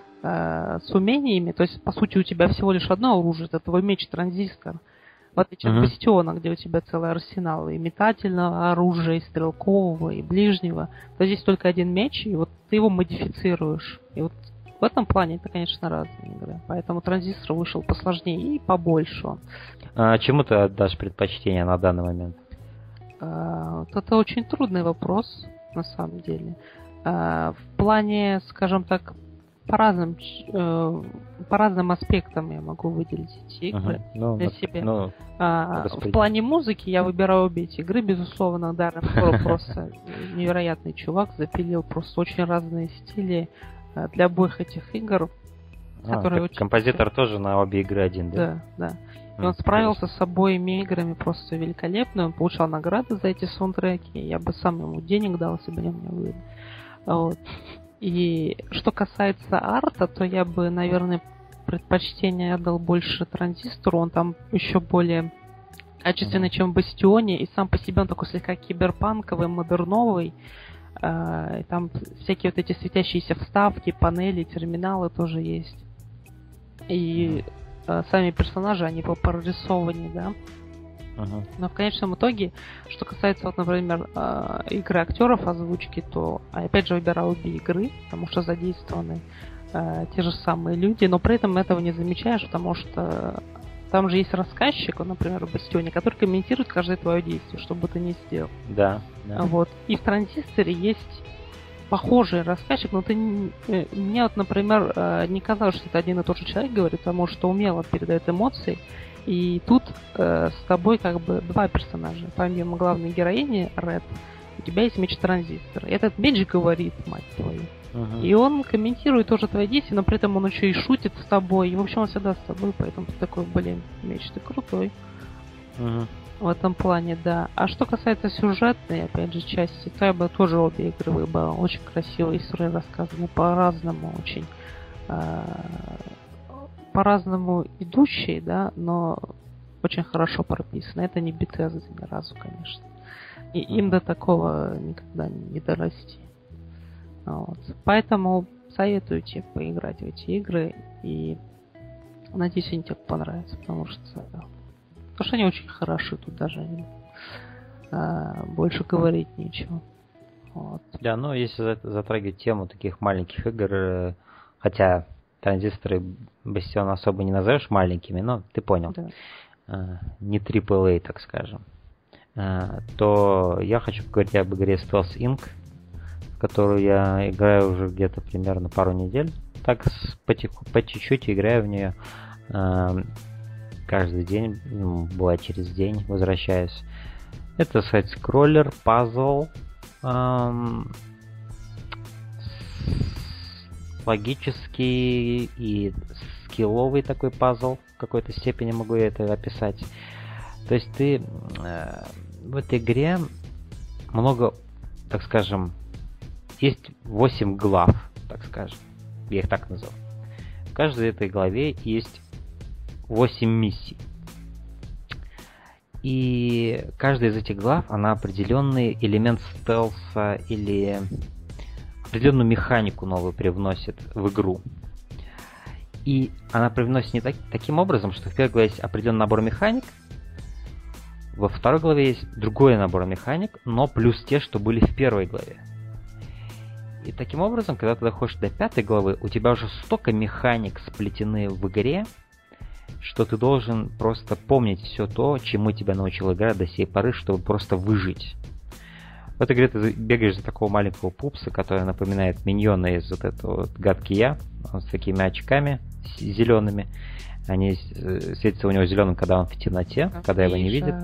э, с умениями. То есть, по сути, у тебя всего лишь одно оружие. Это твой меч-транзистор. В отличие uh-huh. от Бастиона, где у тебя целый арсенал и метательного оружия, и стрелкового, и ближнего, то здесь только один меч, и вот ты его модифицируешь. И вот в этом плане это, конечно, разные игры. Поэтому Транзистор вышел посложнее и побольше. А чему ты отдашь предпочтение на данный момент? А, вот это очень трудный вопрос, на самом деле. А, в плане, скажем так, по разным э, по разным аспектам я могу выделить эти игры uh-huh. ну, для себя. Ну, а, в плане музыки я выбираю обе эти игры, безусловно. Даррен Корб просто невероятный чувак, запилил просто очень разные стили для обоих этих игр. А, которые очень... Композитор тоже на обе игры один, да? Да, да. И он справился с обоими играми просто великолепно. Он получал награды за эти саундтреки. Я бы сам ему денег дал, если бы они мне были. Вот. И что касается арта, то я бы, наверное, предпочтение отдал больше Транзистору. Он там еще более качественный, чем в Бастионе. И сам по себе он такой слегка киберпанковый, модерновый. И там всякие вот эти светящиеся вставки, панели, терминалы тоже есть. И сами персонажи, они прорисованы, да. Uh-huh. Но в конечном итоге, что касается, вот, например, э, игры актеров озвучки, то опять же выбираю обе игры, потому что задействованы э, те же самые люди, но при этом этого не замечаешь, потому что там же есть рассказчик, он, например, в Бастионе, который комментирует каждое твое действие, что бы ты ни сделал. Да, да. Вот. И в Транзисторе есть похожий рассказчик, но ты мне вот, например, не казалось, что это один и тот же человек говорит, потому что умело передает эмоции. И тут э, с тобой как бы два персонажа. Помимо главной героини, Ред, у тебя есть меч-транзистор. И этот меч говорит, мать твою. Uh-huh. И он комментирует тоже твои действия, но при этом он еще и шутит с тобой. И, в общем, он всегда с тобой, поэтому ты такой, блин, меч, ты крутой. Uh-huh. В этом плане, да. А что касается сюжетной, опять же, части, то я бы тоже обе игры выбрал. Очень красивые истории рассказаны по-разному, очень... Э- по-разному идущие, да, но очень хорошо прописано. Это не Bethesda ни разу, конечно. И им до такого никогда не дорасти. Вот. Поэтому советую тебе поиграть в эти игры, и надеюсь, они тебе понравятся, потому что, потому что они очень хороши, тут даже а, больше говорить нечего. Вот. Да, ну если затрагивать тему таких маленьких игр, хотя Транзисторы Бастион особо не назовешь маленькими, но ты понял. Да. А, не трипл эй, так скажем. А, то я хочу поговорить об игре Stealth инк, в которую я играю уже где-то примерно пару недель. Так по, по чуть-чуть играю в нее а, каждый день, ну, бывает через день возвращаюсь. Это логический и скилловый такой пазл. В какой-то степени могу я это описать. То есть ты э, в этой игре много, так скажем, есть восемь глав, так скажем. Я их так назову. В каждой этой главе есть восемь миссий. И каждая из этих глав, она определенный элемент стелса или определенную механику новую привносит в игру. И она привносит не так, таким образом, что в первой главе есть определенный набор механик, во второй главе есть другой набор механик, но плюс те, что были в первой главе. И таким образом, когда ты доходишь до пятой главы, у тебя уже столько механик сплетены в игре, что ты должен просто помнить все то, чему тебя научил игра до сей поры, чтобы просто выжить. В этой игре ты бегаешь за такого маленького пупса, который напоминает миньона из вот этого вот гадки я, он с такими очками зелеными. Они светятся у него зеленым, когда он в темноте, как когда его не видит.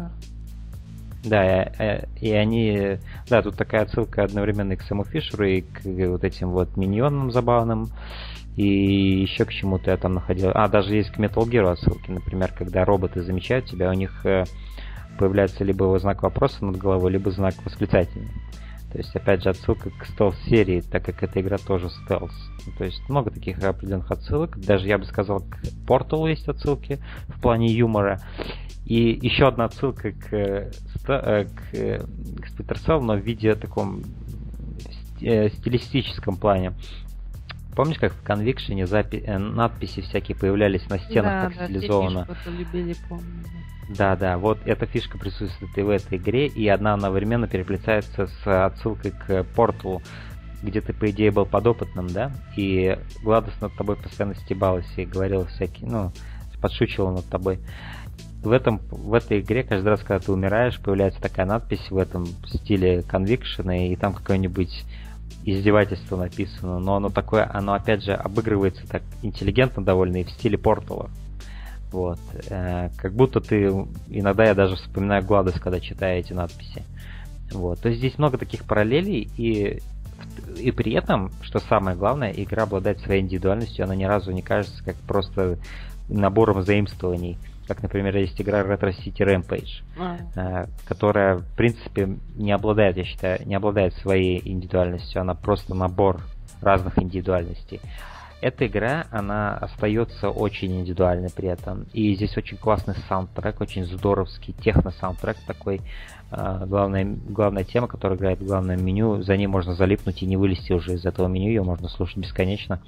Да, и, и они... Да, тут такая отсылка одновременно и к Сэму Фишеру, и к вот этим вот миньонам забавным, и еще к чему-то я там находил. А, даже есть к Metal Gear отсылки, например, когда роботы замечают тебя, у них появляется либо знак вопроса над головой, либо знак восклицательный. То есть, опять же, отсылка к стелс-серии, так как эта игра тоже стелс. То есть, много таких определенных отсылок. Даже, я бы сказал, к Portal есть отсылки в плане юмора. И еще одна отсылка к, к, к Splinter Cell, но в виде таком стилистическом плане. Помнишь, как в Conviction запи- надписи всякие появлялись на стенах, да, как да, стилизованно? Да, любили, помню. Да, да, вот эта фишка присутствует и в этой игре, и она одновременно переплетается с отсылкой к Portal, где ты, по идее, был подопытным, да? И Гладос над тобой постоянно стебалась и говорила всякие, ну, подшучивала над тобой. В, этом, в этой игре каждый раз, когда ты умираешь, появляется такая надпись в этом стиле Conviction, и там какое-нибудь издевательство написано, но оно такое, оно опять же обыгрывается так интеллигентно довольно и в стиле Портала. Вот. Э, как будто ты... Иногда я даже вспоминаю Гладос, когда читаю эти надписи. Вот. То есть здесь много таких параллелей, и, и при этом, что самое главное, игра обладает своей индивидуальностью, она ни разу не кажется как просто набором заимствований. Как, например, есть игра Retro City Rampage, а. которая, в принципе, не обладает, я считаю, не обладает своей индивидуальностью, она просто набор разных индивидуальностей. Эта игра, она остается очень индивидуальной при этом. И здесь очень классный саундтрек, очень здоровский техно-саундтрек такой. Главная, главная тема, которая играет в главном меню, за ней можно залипнуть и не вылезти уже из этого меню, ее можно слушать бесконечно.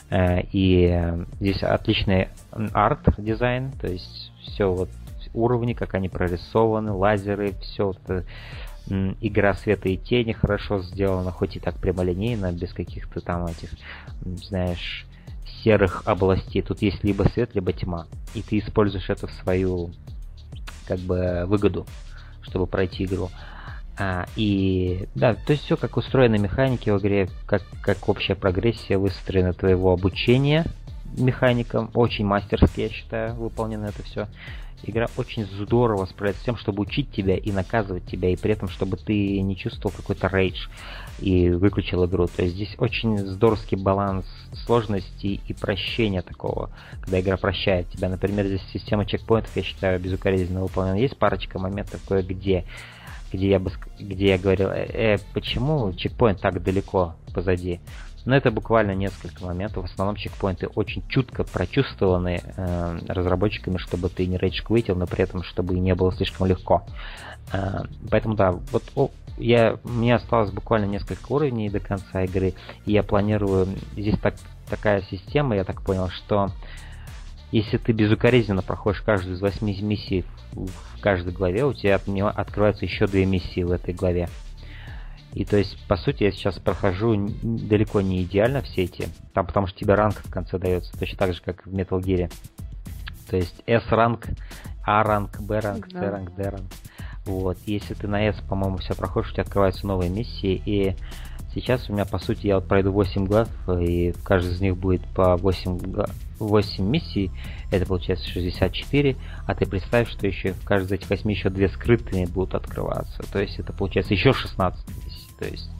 И здесь отличный арт-дизайн, то есть все вот уровни, как они прорисованы, лазеры, все вот, игра света и тени хорошо сделана, хоть и так прямолинейно, без каких-то там этих, знаешь, серых областей. Тут есть либо свет, либо тьма. И ты используешь это в свою, как бы, выгоду, чтобы пройти игру. А, и да, то есть все как устроены механики в игре, как, как общая прогрессия выстроена твоего обучения механикам. Очень мастерски, я считаю, выполнено это все. Игра очень здорово справляется с тем, чтобы учить тебя и наказывать тебя, и при этом, чтобы ты не чувствовал какой-то рейдж и выключил игру. То есть здесь очень здоровский баланс сложности и прощения такого, когда игра прощает тебя. Например, здесь система чекпоинтов, я считаю, безукоризненно выполнена. Есть парочка моментов кое-где, где я, бы, где я говорил, э, почему чекпоинт так далеко позади? Но это буквально несколько моментов. В основном чекпоинты очень чутко прочувствованы э, разработчиками, чтобы ты не рейдж квитил, но при этом, чтобы и не было слишком легко. Э, поэтому да, вот о, я, мне осталось буквально несколько уровней до конца игры, и я планирую... Здесь так, такая система, я так понял, что если ты безукоризненно проходишь каждую из восьми миссий в, в каждой главе, у тебя открываются еще две миссии в этой главе. И то есть, по сути, я сейчас прохожу далеко не идеально все эти, там потому что тебе ранг в конце дается, точно так же, как в Metal Gear. То есть S-ранг, A-ранг, B-ранг, C-ранг, D-ранг. Вот. Если ты на S, по-моему, все проходишь, у тебя открываются новые миссии, и сейчас у меня, по сути, я вот пройду восемь глав, и в каждой из них будет по восемь, восемь миссий, это получается шестьдесят четыре, а ты представь, что еще в каждой из этих восьми еще две скрытые будут открываться, то есть это получается еще шестнадцать миссий, то есть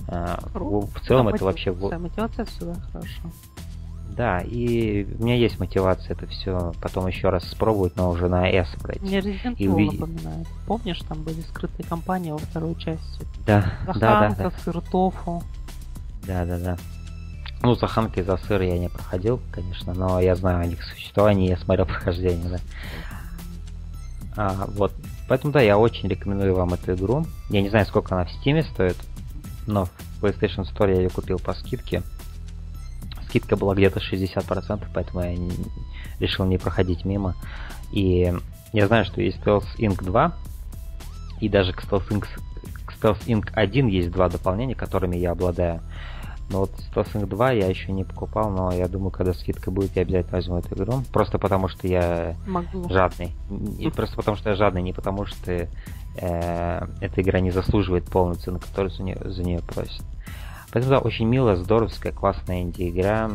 В, в целом это вообще... Мотивация всегда хорошо. Да, и у меня есть мотивация это все потом еще раз спробовать, но уже на S пройти. Мне Resident Evil уви... напоминает. Помнишь, там были скрытые компании во второй части? Да, да, да, да. Сыр тофу. Да, да, да. Ну, Заханка и за сыр я не проходил, конечно, но я знаю о них существовании, я смотрел прохождение, да. А, вот. Поэтому, да, я очень рекомендую вам эту игру. Я не знаю, сколько она в Steam стоит, но в PlayStation Store я ее купил по скидке. Скидка была где-то шестьдесят процентов, поэтому я не, решил не проходить мимо. И я знаю, что есть Stealth инк два, и даже к Stealth инк, к Stealth инк один есть два дополнения, которыми я обладаю. Но вот Stealth инк два я еще не покупал, но я думаю, когда скидка будет, я обязательно возьму эту игру. Просто потому что я Могу. жадный. И просто потому что я жадный, не потому что э, эта игра не заслуживает полную цену, которую за нее, за нее просят. Поэтому да, очень милая, здоровская, классная инди-игра.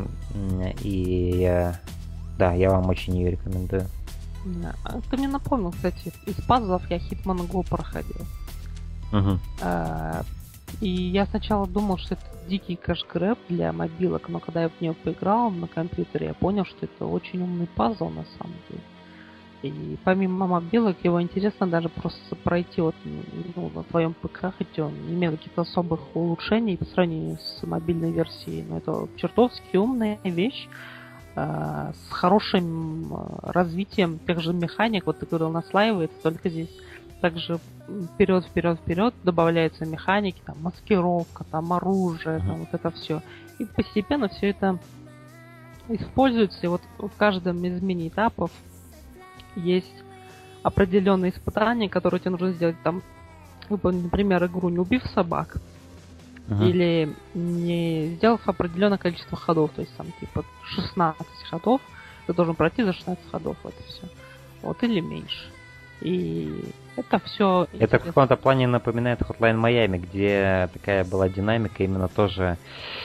И э, да, я вам очень ее рекомендую. Да. Ты мне напомнил, кстати, из пазлов я Hitman Go проходил. Угу. А, и я сначала думал, что это дикий кэш-грэб для мобилок, но когда я в нее поиграл на компьютере, я понял, что это очень умный пазл на самом деле. И помимо мобилок, его интересно даже просто пройти вот, ну, на твоем ПК, хотя он не имеет каких-то особых улучшений по сравнению с мобильной версией. Но это чертовски умная вещь э, с хорошим развитием тех же механик. Вот ты говорил, наслаивается, только здесь также вперед, вперед, вперед добавляются механики, там маскировка, там оружие, там вот это все. И постепенно все это используется. И вот в каждом из мини-этапов есть определенные испытания, которые тебе нужно сделать. Там, выполнить, например, игру «Не убив собак», uh-huh. или не сделав определенное количество ходов, то есть там типа шестнадцать ходов, ты должен пройти за шестнадцать ходов, это все. Вот, или меньше. И это все... Это интересно. В каком-то плане напоминает Hotline Miami, где такая была динамика именно тоже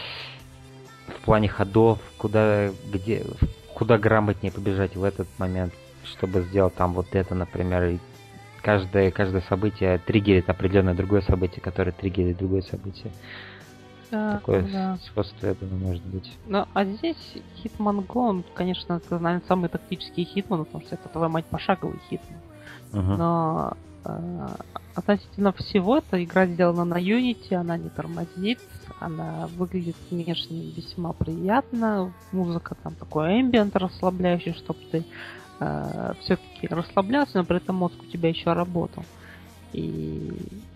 в плане ходов, куда, где, куда грамотнее побежать в этот момент, чтобы сделать там вот это, например, и каждое, каждое событие триггерит определенное другое событие, которое триггерит другое событие. Да, такое да. сходство, я думаю, может быть. Ну, а здесь Hitman Go, он, конечно, это, наверное, самый тактический Hitman, потому что это, твоя мать, пошаговый Hitman. Uh-huh. Но э, относительно всего, эта игра сделана на Unity, она не тормозит, она выглядит внешне весьма приятно, музыка там такой ambient расслабляющий, чтобы ты э, все-таки расслаблялся, но при этом мозг у тебя еще работал. И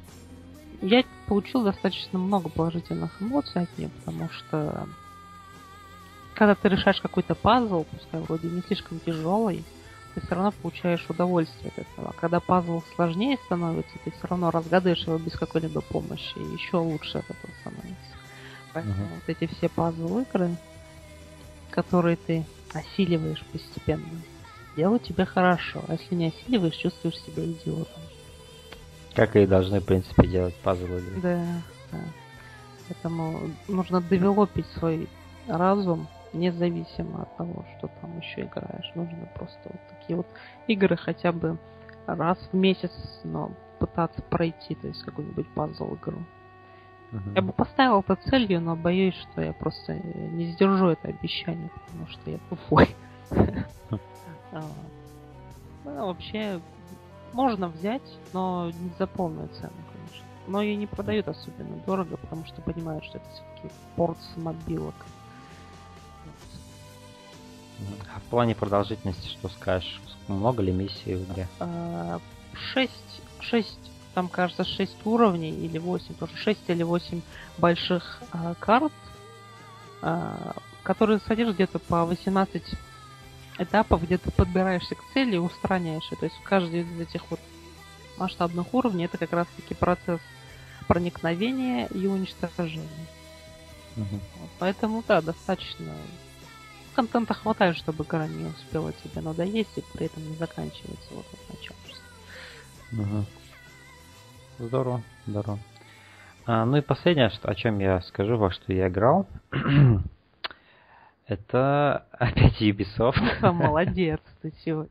я получил достаточно много положительных эмоций от нее, потому что когда ты решаешь какой-то пазл, пускай вроде не слишком тяжелый, ты все равно получаешь удовольствие от этого. А когда пазл сложнее становится, ты все равно разгадаешь его без какой-либо помощи, и еще лучше от этого становится. Поэтому uh-huh. вот эти все пазл-игры, которые ты осиливаешь постепенно, делают тебе хорошо. А если не осиливаешь, чувствуешь себя идиотом. Как и должны, в принципе, делать пазл-игры. Да, да. Поэтому нужно девелопить свой разум, независимо от того, что там еще играешь. Нужно просто вот такие вот игры хотя бы раз в месяц, но пытаться пройти, то есть какую-нибудь пазл-игру. Uh-huh. Я бы поставил это целью, но боюсь, что я просто не сдержу это обещание, потому что я тупой. Вообще можно взять, но не за полную цену, конечно. Но ее не продают особенно дорого, потому что понимают, что это все-таки порт с мобилок. А в плане продолжительности что скажешь? Много ли миссий в игре? Шесть, шесть, там кажется шесть уровней или восемь, тоже шесть или восемь больших а, карт, а, которые содержат где-то по восемнадцать этапов, где ты подбираешься к цели и устраняешь ее. То есть в каждый из этих вот масштабных уровней это как раз таки процесс проникновения и уничтожения. Uh-huh. Вот, поэтому да, достаточно контента хватает, чтобы игра не успела тебе надоесть и при этом не заканчивается вот от начала. Угу. Здорово, здорово. А, ну и последнее, что, о чем я скажу, во что я играл, это опять Ubisoft. Молодец ты сегодня.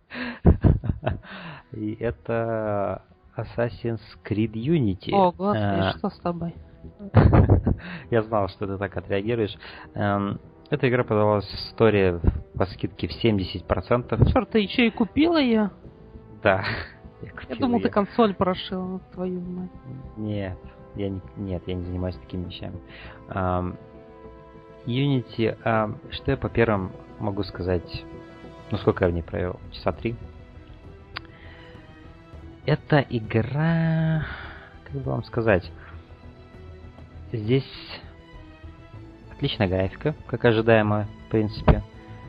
И это Assassin's Creed Unity. О, господи, а, что с тобой? Я знал, что ты так отреагируешь. Эм, Эта игра продавалась в сторе по скидке в семьдесят процентов. Черт, ты еще и купила ее? Да. Я, я думал, ее. ты консоль прошила, твою мать. Нет, я не, нет, я не занимаюсь такими вещами. Um, Unity, um, что я по первым могу сказать? Ну, сколько я в ней провел? Часа три. Это игра... Как бы вам сказать? Здесь отличная графика, как ожидаемо, в принципе.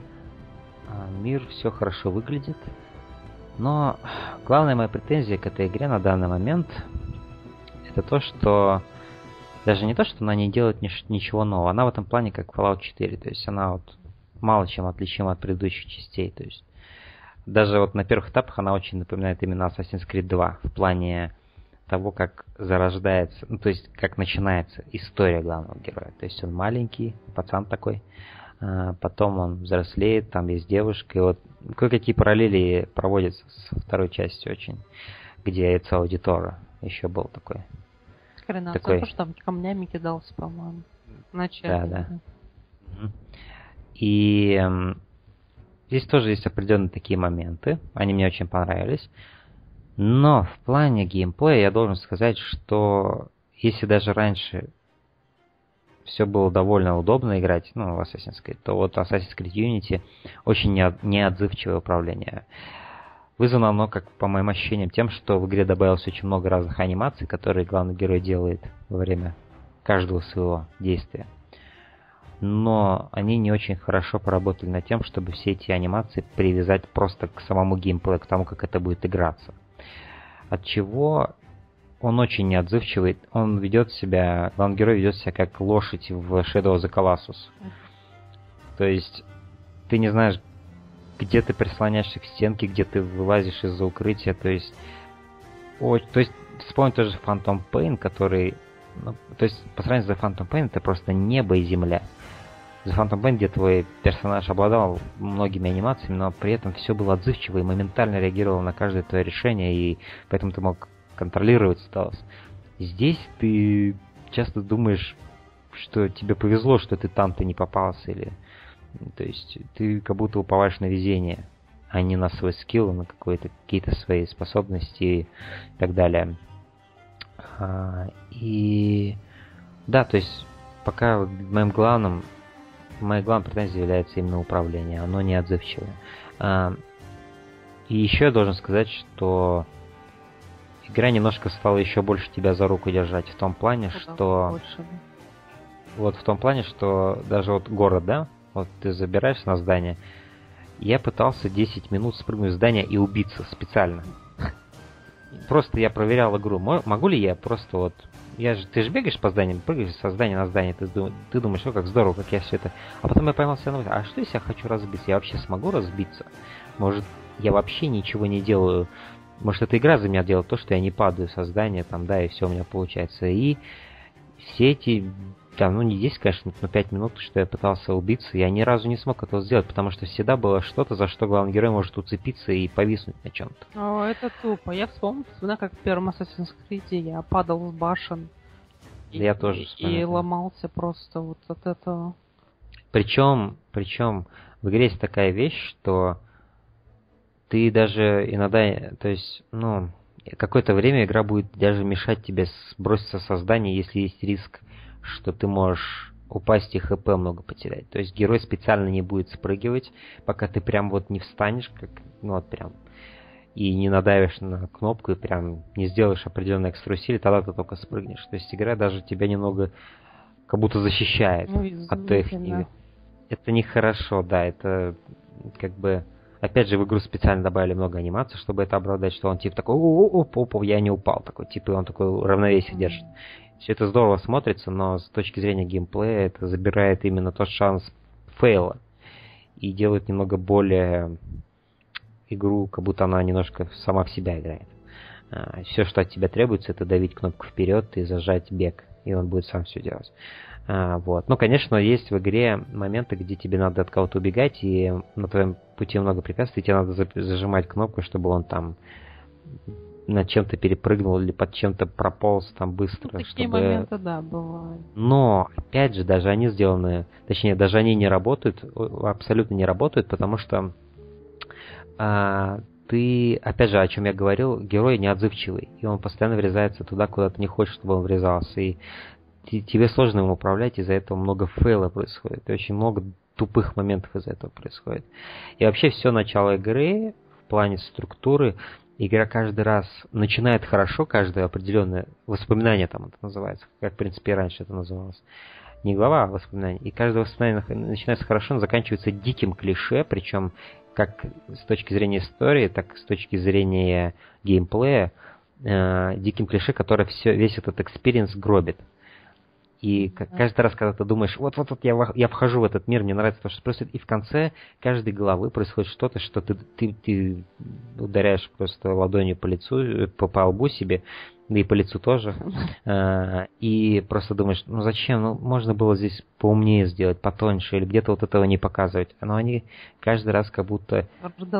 Мир все хорошо выглядит. Но главная моя претензия к этой игре на данный момент это то, что даже не то, что она не делает ни- ничего нового. Она в этом плане как Fallout четыре. То есть она вот мало чем отличима от предыдущих частей. То есть даже вот на первых этапах она очень напоминает именно Assassin's Creed два в плане того, как зарождается, ну, то есть как начинается история главного героя. То есть он маленький, пацан такой, а потом он взрослеет, там есть девушка, и вот кое-какие параллели проводятся с второй частью очень, где Эцио Аудиторо еще был такой. Хрена, такой... то, что там камнями кидался, по-моему. Вначале. Да, да. Угу. И эм, здесь тоже есть определенные такие моменты, они мне очень понравились. Но в плане геймплея я должен сказать, что если даже раньше все было довольно удобно играть, ну, в Assassin's Creed, то вот Assassin's Creed Unity очень неотзывчивое управление. Вызвано оно, как по моим ощущениям, тем, что в игре добавилось очень много разных анимаций, которые главный герой делает во время каждого своего действия. Но они не очень хорошо поработали над тем, чтобы все эти анимации привязать просто к самому геймплею, к тому, как это будет играться. Отчего он очень неотзывчивый, он ведет себя, главный герой ведет себя как лошадь в Shadow of the Colossus. То есть ты не знаешь, где ты прислоняешься к стенке, где ты вылазишь из-за укрытия, то есть, о, то есть вспомни тоже Phantom Pain, который, ну, то есть по сравнению с The Phantom Pain это просто небо и земля. The Phantom Pain, где твой персонаж обладал многими анимациями, но при этом все было отзывчиво и моментально реагировало на каждое твое решение, и поэтому ты мог контролировать сталс. Здесь ты часто думаешь, что тебе повезло, что ты там-то не попался, или... То есть ты как будто уповаешь на везение, а не на свой скилл, на какие-то, какие-то свои способности и так далее. А, и... Да, то есть пока моим главным Моей главной претензией является именно управление, оно не отзывчивое. А, и еще я должен сказать, что игра немножко стала еще больше тебя за руку держать в том плане, Куда что... Больше, да? Вот в том плане, что даже вот город, да, вот ты забираешься на здание, я пытался десять минут спрыгнуть в здание и убиться специально. Просто я проверял игру, могу ли я просто вот... Я же, ты же бегаешь по зданию, прыгаешь со здания на здание, ты, ты думаешь, о, как здорово, как я все это... А потом я поймал себя на мысли, а что если я хочу разбиться? Я вообще смогу разбиться? Может, я вообще ничего не делаю? Может, эта игра за меня делает то, что я не падаю со здания, там, да, и все у меня получается. И все эти, там, ну, не десять, конечно, но пять минут, что я пытался убиться, я ни разу не смог этого сделать, потому что всегда было что-то, за что главный герой может уцепиться и повиснуть на чем-то. О, это тупо. Я вспомнил, как в первом Assassin's Creed я падал с башен. И, я тоже и, и ломался просто вот от этого. Причем, причем в игре есть такая вещь, что ты даже иногда, то есть, ну, какое-то время игра будет даже мешать тебе сброситься со здания, если есть риск, что ты можешь упасть и хп много потерять. То есть герой специально не будет спрыгивать, пока ты прям вот не встанешь, как, ну вот прям, и не надавишь на кнопку, и прям не сделаешь определенное экстра усилие, тогда ты только спрыгнешь. То есть игра даже тебя немного как будто защищает ну, от твоих... Да. Это нехорошо, да, это как бы... Опять же, в игру специально добавили много анимаций, чтобы это оправдать, что он типа такой, оп, оп, оп, я не упал, такой, типа, он такой равновесие mm-hmm. держит. Все это здорово смотрится, но с точки зрения геймплея это забирает именно тот шанс фейла и делает немного более игру, как будто она немножко сама в себя играет. Все, что от тебя требуется, это давить кнопку вперед и зажать бег, и он будет сам все делать. А, вот. Ну, конечно, есть в игре моменты, где тебе надо от кого-то убегать, и на твоем пути много препятствий, тебе надо зажимать кнопку, чтобы он там над чем-то перепрыгнул или под чем-то прополз там быстро. Ну, такие чтобы... моменты, да, бывают. Но, опять же, даже они сделаны, точнее, даже они не работают, абсолютно не работают, потому что а, ты, опять же, о чем я говорил, герой неотзывчивый, и он постоянно врезается туда, куда ты не хочешь, чтобы он врезался, и тебе сложно им управлять, из-за этого много фейла происходит, и очень много тупых моментов из-за этого происходит. И вообще все начало игры в плане структуры, игра каждый раз начинает хорошо, каждое определенное воспоминание там это называется, как в принципе и раньше это называлось. Не глава, а воспоминание. И каждое воспоминание начинается хорошо, но заканчивается диким клише, причем как с точки зрения истории, так и с точки зрения геймплея, э, диким клише, который все, весь этот экспириенс гробит. И каждый раз, когда ты думаешь, вот-вот-вот я, я вхожу в этот мир, мне нравится то, что происходит, и в конце каждой главы происходит что-то, что ты, ты, ты ударяешь просто ладонью по лицу, по, по лбу себе, да и по лицу тоже, и просто думаешь, ну зачем, ну можно было здесь поумнее сделать, потоньше, или где-то вот этого не показывать. Но они каждый раз как будто...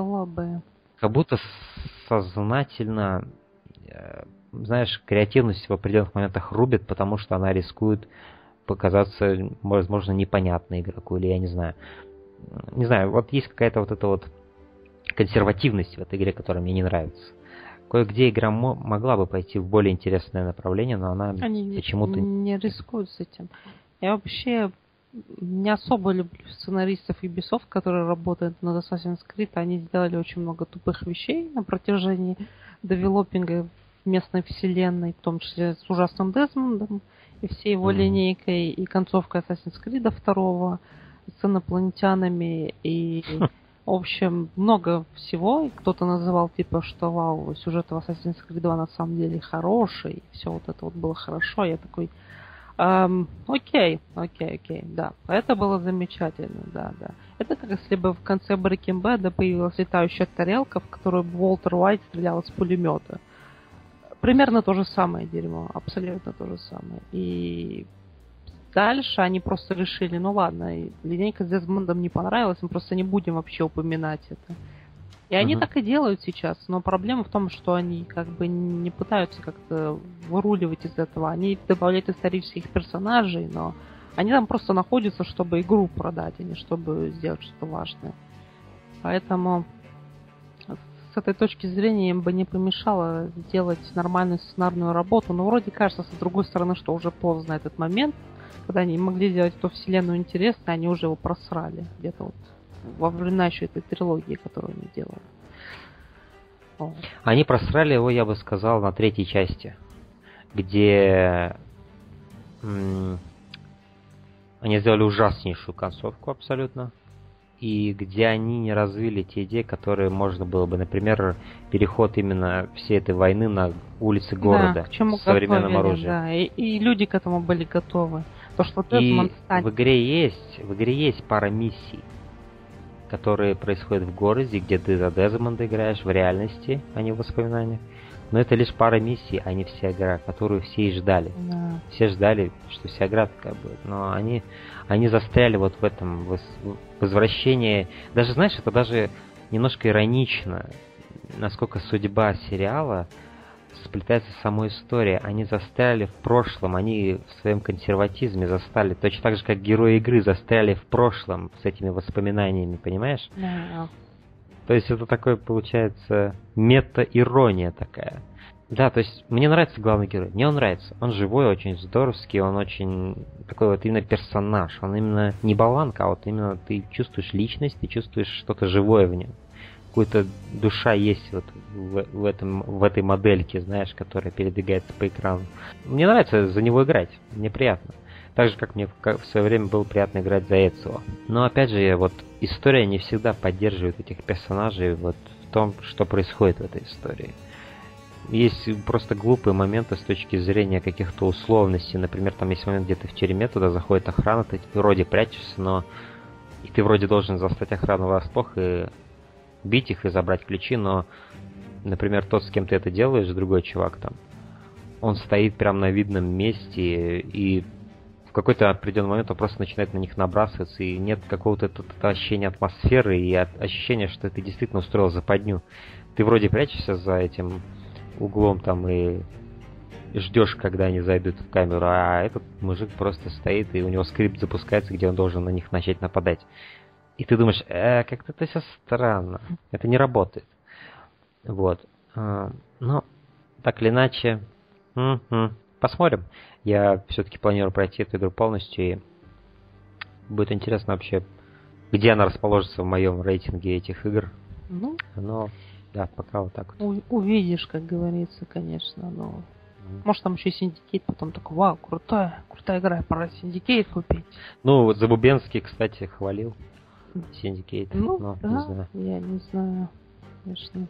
Как будто сознательно... знаешь, креативность в определенных моментах рубит, потому что она рискует показаться, возможно, непонятной игроку, или я не знаю. Не знаю, вот есть какая-то вот эта вот консервативность в этой игре, которая мне не нравится. Кое-где игра мо- могла бы пойти в более интересное направление, но она Они почему-то... не рискуют с этим. Я вообще не особо люблю сценаристов Ubisoft, которые работают над Assassin's Creed. Они сделали очень много тупых вещей на протяжении девелопинга местной вселенной, в том числе с ужасным Дезмондом и всей его mm-hmm. линейкой, и концовкой Assassin's Creed два, с инопланетянами, и в общем, много всего. И кто-то называл, типа, что вау, сюжет в Assassin's Creed два на самом деле хороший, и все вот это вот было хорошо. Я такой, эм, окей, окей, окей, да, это было замечательно, да, да. Это как если бы в конце Breaking Bad появилась летающая тарелка, в которую Уолтер Уайт стрелял из пулемета. Примерно то же самое дерьмо, абсолютно то же самое. И дальше они просто решили, ну ладно, линейка с Дезмондом не понравилась, мы просто не будем вообще упоминать это. И они uh-huh. так и делают сейчас, но проблема в том, что они как бы не пытаются как-то выруливать из этого. Они добавляют исторических персонажей, но они там просто находятся, чтобы игру продать, а не чтобы сделать что-то важное. Поэтому с этой точки зрения им бы не помешало сделать нормальную сценарную работу, но вроде кажется, с другой стороны, что уже поздно этот момент, когда они могли сделать эту вселенную интересной, они уже его просрали где-то вот во времена еще этой трилогии, которую они делали. О. Они просрали его, я бы сказал, на третьей части, где м- они сделали ужаснейшую концовку абсолютно, и где они не развили те идеи, которые можно было бы, например, переход именно всей этой войны на улицы города, да, к чему с современным готовили, оружием. Да, и, и люди к этому были готовы. То, что и станет... в игре есть, в игре есть пара миссий, которые происходят в городе, где ты за Дезмонда играешь в реальности, а не в воспоминаниях. Но это лишь пара миссий, а не вся игра, которую все и ждали. Да. Все ждали, что вся игра такая будет. Но они, они застряли вот в этом возвращении. Даже, знаешь, это даже немножко иронично, насколько судьба сериала сплетается с самой историей. Они застряли в прошлом, они в своем консерватизме застряли. Точно так же, как герои игры застряли в прошлом с этими воспоминаниями, понимаешь? Да. То есть это такое, получается, мета-ирония такая. Да, то есть мне нравится главный герой. Мне он нравится. Он живой, очень здоровский, он очень такой вот именно персонаж. Он именно не болванка, а вот именно ты чувствуешь личность, ты чувствуешь что-то живое в нем. Какая-то душа есть вот в, в, этом, в этой модельке, знаешь, которая передвигается по экрану. Мне нравится за него играть, мне приятно. Так же, как мне в свое время было приятно играть за Эцио. Но опять же, вот история не всегда поддерживает этих персонажей вот в том, что происходит в этой истории. Есть просто глупые моменты с точки зрения каких-то условностей. Например, там есть момент, где ты в тюрьме, туда заходит охрана, ты вроде прячешься, но и ты вроде должен застать охрану врасплох и бить их и забрать ключи, но, например, тот, с кем ты это делаешь, другой чувак там, он стоит прямо на видном месте, и в какой-то определенный момент он просто начинает на них набрасываться, и нет какого-то ощущения атмосферы и ощущения, что ты действительно устроил западню. Ты вроде прячешься за этим углом там и ждешь, когда они зайдут в камеру, а этот мужик просто стоит, и у него скрипт запускается, где он должен на них начать нападать. И ты думаешь, э, как-то это все странно, это не работает. Вот. А, но, так или иначе, м-м, посмотрим. Я все-таки планирую пройти эту игру полностью, и будет интересно вообще, где она расположится в моем рейтинге этих игр. Ну, но, да, пока вот так вот. У- увидишь, как говорится, конечно, но... Может, там еще и Syndicate, потом такой, вау, крутая, крутая игра, пора Syndicate купить. Ну, вот Забубенский, кстати, хвалил Syndicate, Ну, но да, не знаю. я не знаю, конечно.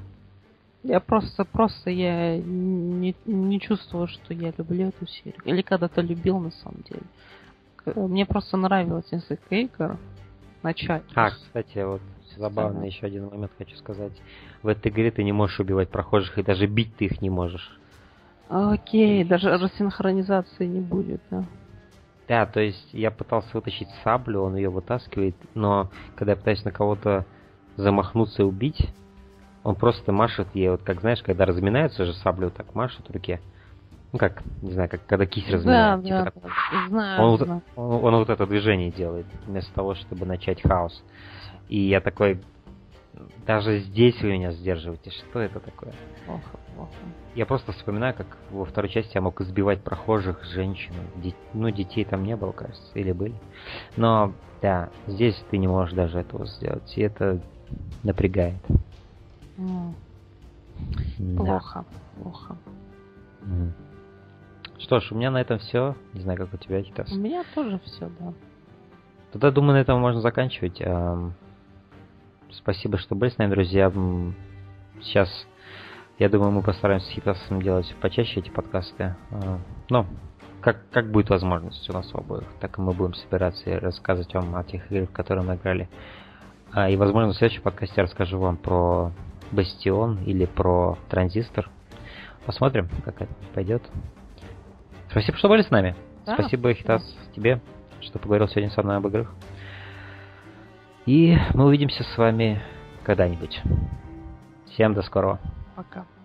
Я просто, просто я не, не чувствую, что я люблю эту серию. Или когда-то любил, на самом деле. К- Мне просто нравилось несколько игр начать. А, кстати, вот забавно, Ага. еще один момент хочу сказать. В этой игре ты не можешь убивать прохожих, и даже бить ты их не можешь. Окей, даже рассинхронизации не будет, да? Да, то есть я пытался вытащить саблю, он ее вытаскивает, но когда я пытаюсь на кого-то замахнуться и убить, он просто машет ей, вот как знаешь, когда разминается же саблю, так машет в руке. Ну как, не знаю, как когда кисть Да, разминает. да, типа так. да, знаю, Он, вот, знаю. он, он вот это движение делает, вместо того, чтобы начать хаос. И я такой, даже здесь вы меня сдерживаете, что это такое? Плохо, плохо. Я просто вспоминаю, как во второй части я мог избивать прохожих, женщин, де- ну детей там не было, кажется, или были. Но, да, здесь ты не можешь даже этого сделать, и это напрягает. М, Да. Плохо, плохо. Мгм. Что ж, у меня на этом все. Не знаю, как у тебя, Китас. У меня тоже все, да. Тогда, думаю, на этом можно заканчивать. Ам, Спасибо, что были с нами, друзья. М, Сейчас, я думаю, мы постараемся с Хитасом делать почаще эти подкасты. А, Ну, как, как будет возможность у нас у обоих, так и мы будем собираться и рассказывать вам о тех играх, в которые мы играли. А, И, возможно, в следующем подкасте я расскажу вам про Бастион или про Транзистор. Посмотрим, как это пойдет. Спасибо, что были с нами. Да, Спасибо, Хитас, тебе, что поговорил сегодня со мной об играх. И мы увидимся с вами когда-нибудь. Всем до скорого. Пока.